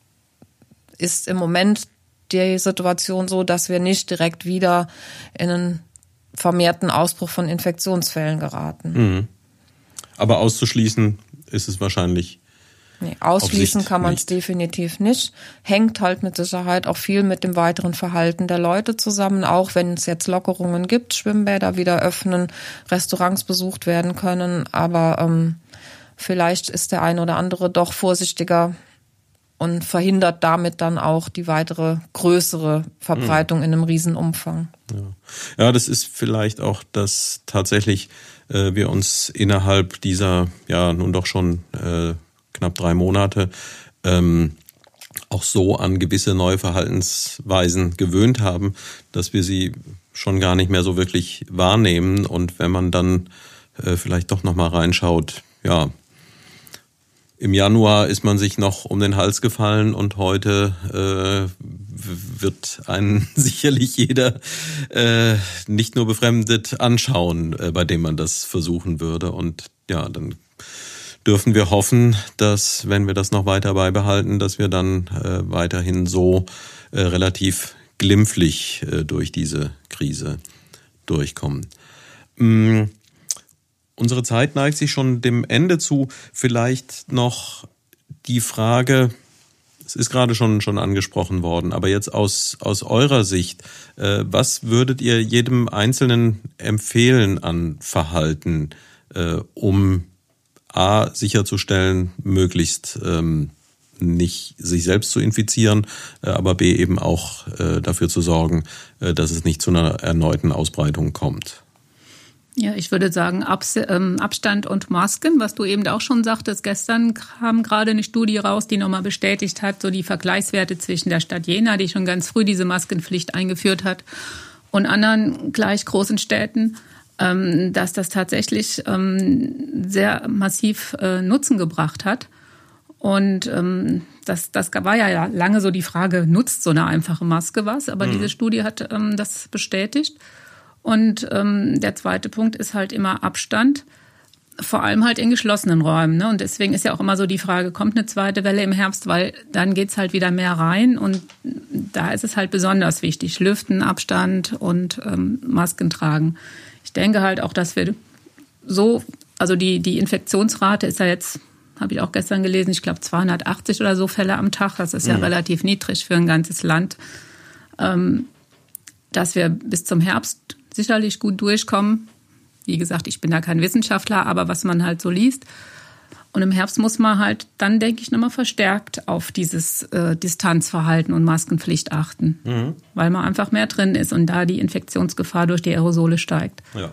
ist im Moment die Situation so, dass wir nicht direkt wieder in einen vermehrten Ausbruch von Infektionsfällen geraten. Mhm. Aber auszuschließen ist es wahrscheinlich Nee, ausschließen kann man es definitiv nicht. Hängt halt mit Sicherheit auch viel mit dem weiteren Verhalten der Leute zusammen, auch wenn es jetzt Lockerungen gibt, Schwimmbäder wieder öffnen, Restaurants besucht werden können, aber ähm, vielleicht ist der ein oder andere doch vorsichtiger und verhindert damit dann auch die weitere größere Verbreitung mhm. in einem Riesenumfang. Ja. ja, das ist vielleicht auch, dass tatsächlich äh, wir uns innerhalb dieser ja nun doch schon äh, knapp drei Monate ähm, auch so an gewisse neue Verhaltensweisen gewöhnt haben, dass wir sie schon gar nicht mehr so wirklich wahrnehmen. Und wenn man dann äh, vielleicht doch nochmal reinschaut, ja, im Januar ist man sich noch um den Hals gefallen und heute äh, wird einen sicherlich jeder äh, nicht nur befremdet anschauen, äh, bei dem man das versuchen würde. Und ja, dann dürfen wir hoffen, dass, wenn wir das noch weiter beibehalten, dass wir dann äh, weiterhin so äh, relativ glimpflich äh, durch diese Krise durchkommen. Mm. Unsere Zeit neigt sich schon dem Ende zu. Vielleicht noch die Frage, es ist gerade schon, schon angesprochen worden, aber jetzt aus, aus eurer Sicht, äh, was würdet ihr jedem Einzelnen empfehlen an Verhalten, äh, um A, sicherzustellen, möglichst ähm, nicht sich selbst zu infizieren, äh, aber B, eben auch äh, dafür zu sorgen, äh, dass es nicht zu einer erneuten Ausbreitung kommt? Ja, ich würde sagen Abs- ähm, Abstand und Masken, was du eben auch schon sagtest. Gestern kam gerade eine Studie raus, die nochmal bestätigt hat, so die Vergleichswerte zwischen der Stadt Jena, die schon ganz früh diese Maskenpflicht eingeführt hat, und anderen gleich großen Städten, ähm, dass das tatsächlich ähm, sehr massiv äh, Nutzen gebracht hat. Und ähm, das, das war ja lange so die Frage, nutzt so eine einfache Maske was? Aber mhm. diese Studie hat ähm, das bestätigt. Und ähm, der zweite Punkt ist halt immer Abstand, vor allem halt in geschlossenen Räumen. Ne? Und deswegen ist ja auch immer so die Frage, kommt eine zweite Welle im Herbst, weil dann geht's halt wieder mehr rein. Und da ist es halt besonders wichtig, Lüften, Abstand und ähm, Masken tragen. Ich denke halt auch, dass wir so, also die, die Infektionsrate ist ja jetzt, habe ich auch gestern gelesen, ich glaube zweihundertachtzig oder so Fälle am Tag. Das ist ja mhm. relativ niedrig für ein ganzes Land. Ähm, dass wir bis zum Herbst sicherlich gut durchkommen. Wie gesagt, ich bin da kein Wissenschaftler, aber was man halt so liest. Und im Herbst muss man halt dann, denke ich, nochmal verstärkt auf dieses äh, Distanzverhalten und Maskenpflicht achten, mhm. weil man einfach mehr drin ist und da die Infektionsgefahr durch die Aerosole steigt. Ja.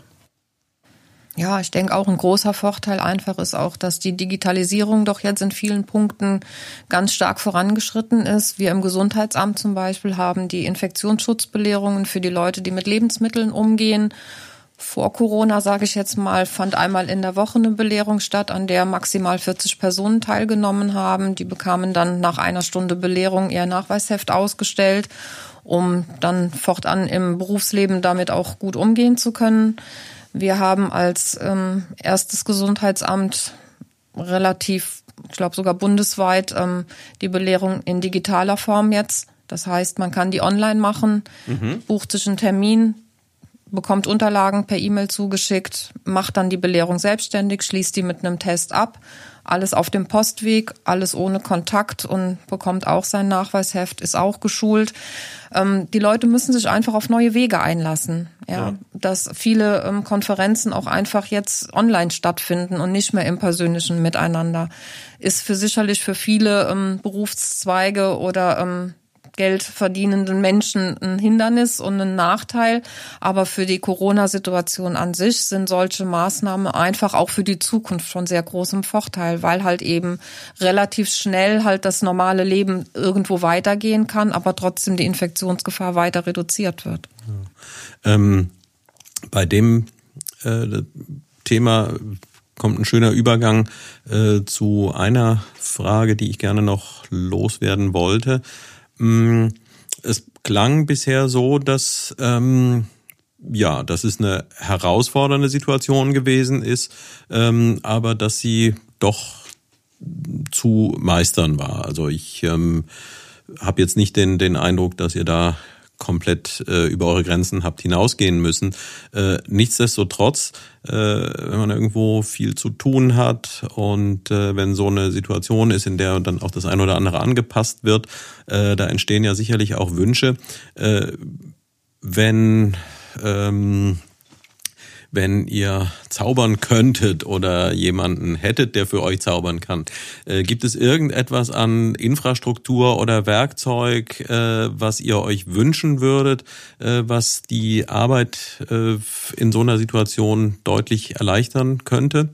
Ja, ich denke auch ein großer Vorteil einfach ist auch, dass die Digitalisierung doch jetzt in vielen Punkten ganz stark vorangeschritten ist. Wir im Gesundheitsamt zum Beispiel haben die Infektionsschutzbelehrungen für die Leute, die mit Lebensmitteln umgehen. Vor Corona, sage ich jetzt mal, fand einmal in der Woche eine Belehrung statt, an der maximal vierzig Personen teilgenommen haben. Die bekamen dann nach einer Stunde Belehrung ihr Nachweisheft ausgestellt, um dann fortan im Berufsleben damit auch gut umgehen zu können. Wir haben als ähm, erstes Gesundheitsamt relativ, ich glaube sogar bundesweit, ähm, die Belehrung in digitaler Form jetzt. Das heißt, man kann die online machen, mhm. bucht sich einen Termin, bekommt Unterlagen per E-Mail zugeschickt, macht dann die Belehrung selbstständig, schließt die mit einem Test ab. Alles auf dem Postweg, alles ohne Kontakt und bekommt auch sein Nachweisheft, ist auch geschult. Ähm, die Leute müssen sich einfach auf neue Wege einlassen. Ja, ja. Dass viele ähm, Konferenzen auch einfach jetzt online stattfinden und nicht mehr im persönlichen Miteinander, ist für sicherlich für viele ähm, Berufszweige oder ähm, Geld verdienenden Menschen ein Hindernis und ein Nachteil. Aber für die Corona-Situation an sich sind solche Maßnahmen einfach auch für die Zukunft von sehr großem Vorteil, weil halt eben relativ schnell halt das normale Leben irgendwo weitergehen kann, aber trotzdem die Infektionsgefahr weiter reduziert wird. Ja. Ähm, bei dem äh, Thema kommt ein schöner Übergang äh, zu einer Frage, die ich gerne noch loswerden wollte. Es klang bisher so, dass ähm, ja, dass es eine herausfordernde Situation gewesen ist, ähm, aber dass sie doch zu meistern war. Also ich ähm, habe jetzt nicht den den Eindruck, dass ihr da komplett äh, über eure Grenzen habt hinausgehen müssen. Äh, nichtsdestotrotz, äh, wenn man irgendwo viel zu tun hat und äh, wenn so eine Situation ist, in der dann auch das eine oder andere angepasst wird, äh, da entstehen ja sicherlich auch Wünsche. Äh, wenn ähm, wenn ihr zaubern könntet oder jemanden hättet, der für euch zaubern kann. Äh, gibt es irgendetwas an Infrastruktur oder Werkzeug, äh, was ihr euch wünschen würdet, äh, was die Arbeit äh, in so einer Situation deutlich erleichtern könnte?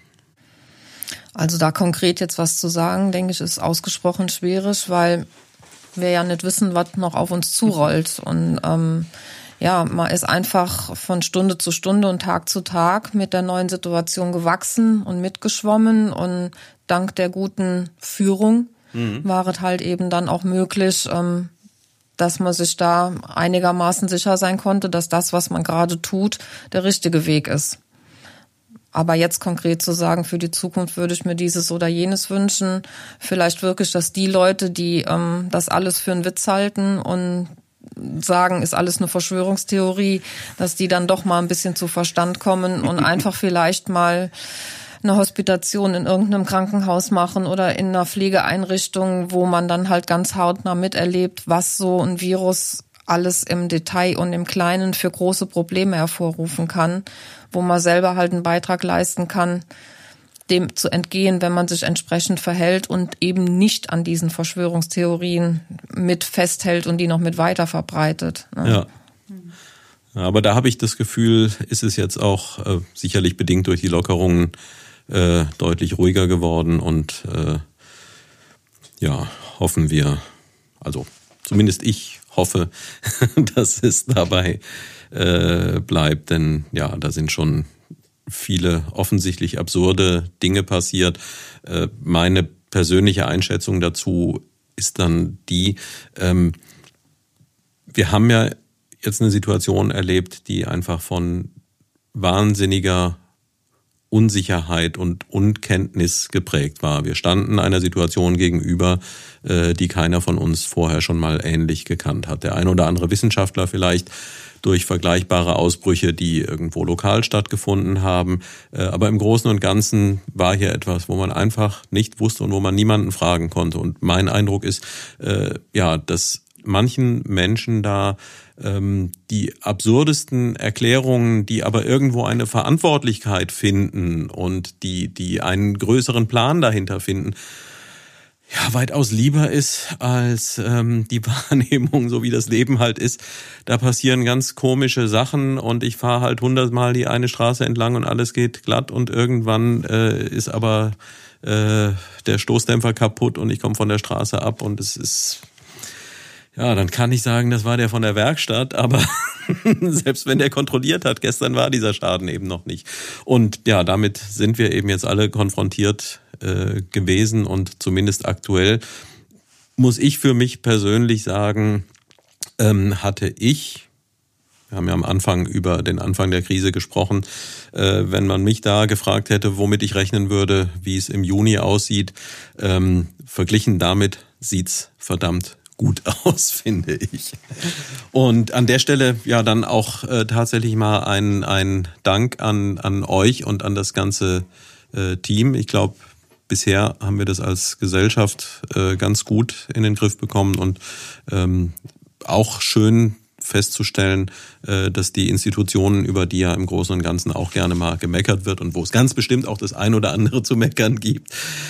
Also da konkret jetzt was zu sagen, denke ich, ist ausgesprochen schwierig, weil wir ja nicht wissen, was noch auf uns zurollt. Und ähm, ja, man ist einfach von Stunde zu Stunde und Tag zu Tag mit der neuen Situation gewachsen und mitgeschwommen. Und dank der guten Führung mhm. war es halt eben dann auch möglich, ähm, dass man sich da einigermaßen sicher sein konnte, dass das, was man gerade tut, der richtige Weg ist. Aber jetzt konkret zu sagen, für die Zukunft würde ich mir dieses oder jenes wünschen. Vielleicht wirklich, dass die Leute, die ähm, das alles für einen Witz halten und sagen, ist alles eine Verschwörungstheorie, dass die dann doch mal ein bisschen zu Verstand kommen und einfach vielleicht mal eine Hospitation in irgendeinem Krankenhaus machen oder in einer Pflegeeinrichtung, wo man dann halt ganz hautnah miterlebt, was so ein Virus alles im Detail und im Kleinen für große Probleme hervorrufen kann, wo man selber halt einen Beitrag leisten kann, dem zu entgehen, wenn man sich entsprechend verhält und eben nicht an diesen Verschwörungstheorien mit festhält und die noch mit weiter verbreitet. Ne? Ja. Aber da habe ich das Gefühl, ist es jetzt auch äh, sicherlich bedingt durch die Lockerungen äh, deutlich ruhiger geworden und äh, ja, hoffen wir, also zumindest ich hoffe, dass es dabei äh, bleibt, denn ja, da sind schon viele offensichtlich absurde Dinge passiert. Äh, meine persönliche Einschätzung dazu ist dann die, ähm, wir haben ja jetzt eine Situation erlebt, die einfach von wahnsinniger Unsicherheit und Unkenntnis geprägt war. Wir standen einer Situation gegenüber, äh, die keiner von uns vorher schon mal ähnlich gekannt hat. Der ein oder andere Wissenschaftler vielleicht durch vergleichbare Ausbrüche, die irgendwo lokal stattgefunden haben. Aber im Großen und Ganzen war hier etwas, wo man einfach nicht wusste und wo man niemanden fragen konnte. Und mein Eindruck ist, äh, ja, dass manchen Menschen da ähm, die absurdesten Erklärungen, die aber irgendwo eine Verantwortlichkeit finden und die, die einen größeren Plan dahinter finden, ja, weitaus lieber ist als ähm, die Wahrnehmung, so wie das Leben halt ist. Da passieren ganz komische Sachen und ich fahre halt hundertmal die eine Straße entlang und alles geht glatt und irgendwann äh, ist aber äh, der Stoßdämpfer kaputt und ich komme von der Straße ab und es ist, ja, dann kann ich sagen, das war der von der Werkstatt, aber selbst wenn der kontrolliert hat, gestern war dieser Schaden eben noch nicht. Und ja, damit sind wir eben jetzt alle konfrontiert äh, gewesen und zumindest aktuell muss ich für mich persönlich sagen, ähm, hatte ich, wir haben ja am Anfang über den Anfang der Krise gesprochen, äh, wenn man mich da gefragt hätte, womit ich rechnen würde, wie es im Juni aussieht, ähm, verglichen damit sieht's verdammt gut aus, finde ich. Und an der Stelle ja dann auch äh, tatsächlich mal ein, ein Dank an, an euch und an das ganze äh, Team. Ich glaube, bisher haben wir das als Gesellschaft äh, ganz gut in den Griff bekommen und ähm, auch schön festzustellen, dass die Institutionen, über die ja im Großen und Ganzen auch gerne mal gemeckert wird und wo es ganz bestimmt auch das ein oder andere zu meckern gibt.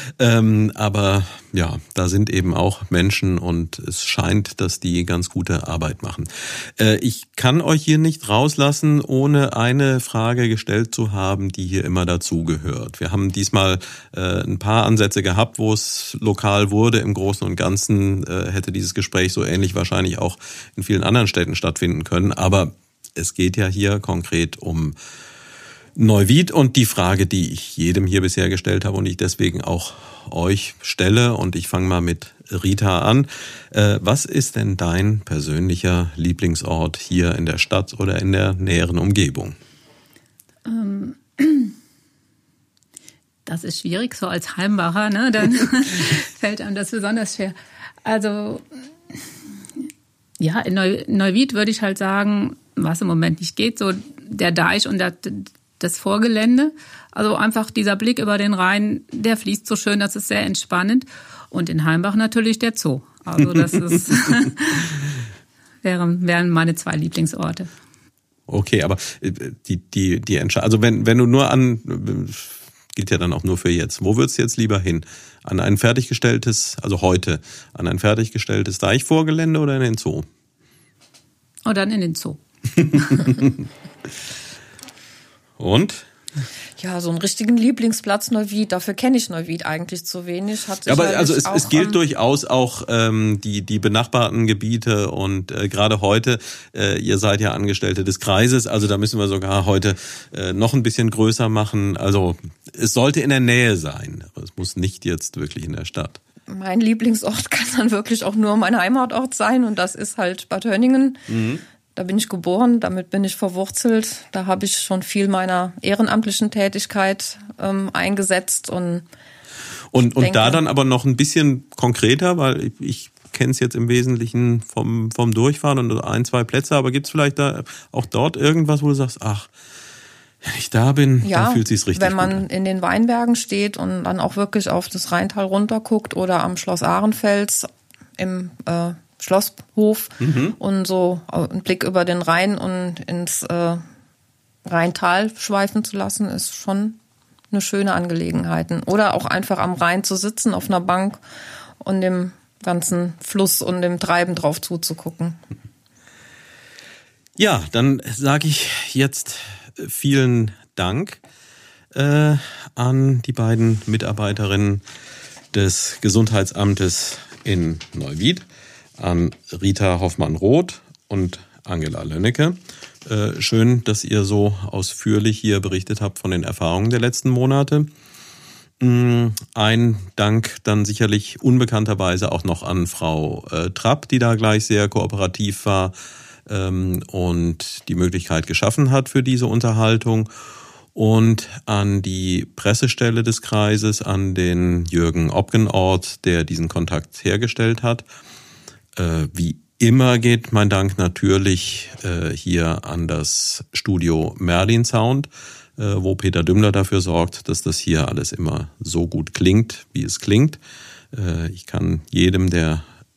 Aber ja, da sind eben auch Menschen und es scheint, dass die ganz gute Arbeit machen. Ich kann euch hier nicht rauslassen, ohne eine Frage gestellt zu haben, die hier immer dazugehört. Wir haben diesmal ein paar Ansätze gehabt, wo es lokal wurde. Im Großen und Ganzen hätte dieses Gespräch so ähnlich wahrscheinlich auch in vielen anderen Städten stattfinden können. Aber es geht ja hier konkret um Neuwied und die Frage, die ich jedem hier bisher gestellt habe und ich deswegen auch euch stelle. Und ich fange mal mit Rita an. Äh, was ist denn dein persönlicher Lieblingsort hier in der Stadt oder in der näheren Umgebung? Ähm, das ist schwierig, so als Heimbacher, ne? Dann fällt einem das besonders schwer. Also ja, in Neu- Neuwied würde ich halt sagen, was im Moment nicht geht, so der Deich und das, das Vorgelände. Also einfach dieser Blick über den Rhein, der fließt so schön, das ist sehr entspannend. Und in Heimbach natürlich der Zoo. Also das ist wären, wären meine zwei Lieblingsorte. Okay, aber die, die, die Entscheidung, also wenn, wenn du nur an, gilt ja dann auch nur für jetzt, wo würdest du jetzt lieber hin? An ein fertiggestelltes, also heute, an ein fertiggestelltes Deichvorgelände oder in den Zoo? Und dann in den Zoo. Und? Ja, so einen richtigen Lieblingsplatz Neuwied, dafür kenne ich Neuwied eigentlich zu wenig. Hat aber also es, es gilt durchaus auch ähm, die die benachbarten Gebiete und äh, gerade heute, äh, ihr seid ja Angestellte des Kreises, also da müssen wir sogar heute äh, noch ein bisschen größer machen. Also es sollte in der Nähe sein, aber es muss nicht jetzt wirklich in der Stadt. Mein Lieblingsort kann dann wirklich auch nur mein Heimatort sein und das ist halt Bad Hönningen. Mhm. Da bin ich geboren, damit bin ich verwurzelt. Da habe ich schon viel meiner ehrenamtlichen Tätigkeit ähm, eingesetzt. Und, und, und denke, da dann aber noch ein bisschen konkreter, weil ich, ich kenne es jetzt im Wesentlichen vom, vom Durchfahren und ein, zwei Plätze, aber gibt es vielleicht da auch dort irgendwas, wo du sagst, ach, wenn ich da bin, ja, dann fühlt sich's richtig wenn man gut an. In den Weinbergen steht und dann auch wirklich auf das Rheintal runterguckt oder am Schloss Ahrenfels im äh, Schlosshof mhm. und so einen Blick über den Rhein und ins äh, Rheintal schweifen zu lassen, ist schon eine schöne Angelegenheit. Oder auch einfach am Rhein zu sitzen auf einer Bank und dem ganzen Fluss und dem Treiben drauf zuzugucken. Ja, dann sage ich jetzt vielen Dank äh, an die beiden Mitarbeiterinnen des Gesundheitsamtes in Neuwied, an Rita Hoffmann-Roth und Angela Lönnecke. Äh, schön, dass ihr so ausführlich hier berichtet habt von den Erfahrungen der letzten Monate. Ein Dank dann sicherlich unbekannterweise auch noch an Frau äh, Trapp, die da gleich sehr kooperativ war ähm, und die Möglichkeit geschaffen hat für diese Unterhaltung. Und an die Pressestelle des Kreises, an den Jürgen Obgenort, der diesen Kontakt hergestellt hat. Äh, wie immer geht mein Dank natürlich äh, hier an das Studio Merlin Sound, äh, wo Peter Dümmler dafür sorgt, dass das hier alles immer so gut klingt, wie es klingt. Äh, ich kann jedem, der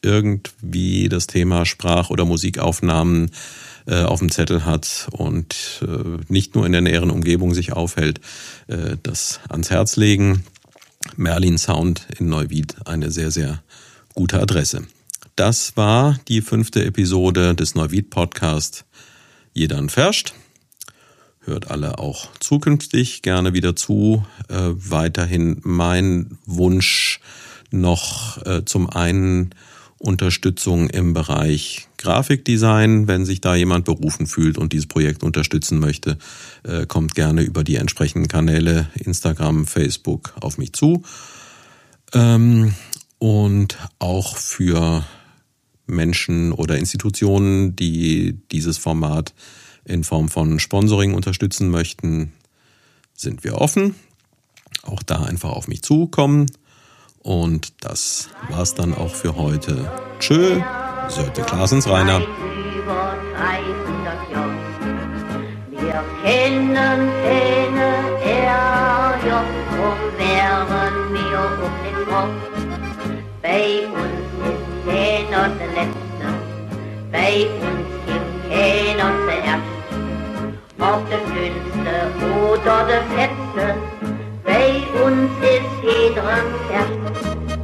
irgendwie das Thema Sprach- oder Musikaufnahmen äh, auf dem Zettel hat und äh, nicht nur in der näheren Umgebung sich aufhält, äh, das ans Herz legen. Merlin Sound in Neuwied, eine sehr, sehr gute Adresse. Das war die fünfte Episode des Neuwied-Podcast Jedern Ferscht. Hört alle auch zukünftig gerne wieder zu. Äh, weiterhin mein Wunsch noch äh, zum einen Unterstützung im Bereich Grafikdesign. Wenn sich da jemand berufen fühlt und dieses Projekt unterstützen möchte, äh, kommt gerne über die entsprechenden Kanäle Instagram, Facebook auf mich zu. Ähm, und auch für Menschen oder Institutionen, die dieses Format in Form von Sponsoring unterstützen möchten, sind wir offen. Auch da einfach auf mich zukommen. Und das war's dann auch für heute. Tschö, Söte Klaasens Rainer. Über dreihundert Jahre. Wir kennen keine R J, drum wären wir auf den Kopf. Bei uns ist keiner der Letzte, bei uns gibt keiner zuerst. Ob der Dünnste oder der Fetzte, bei uns ist jeder ein Kerl.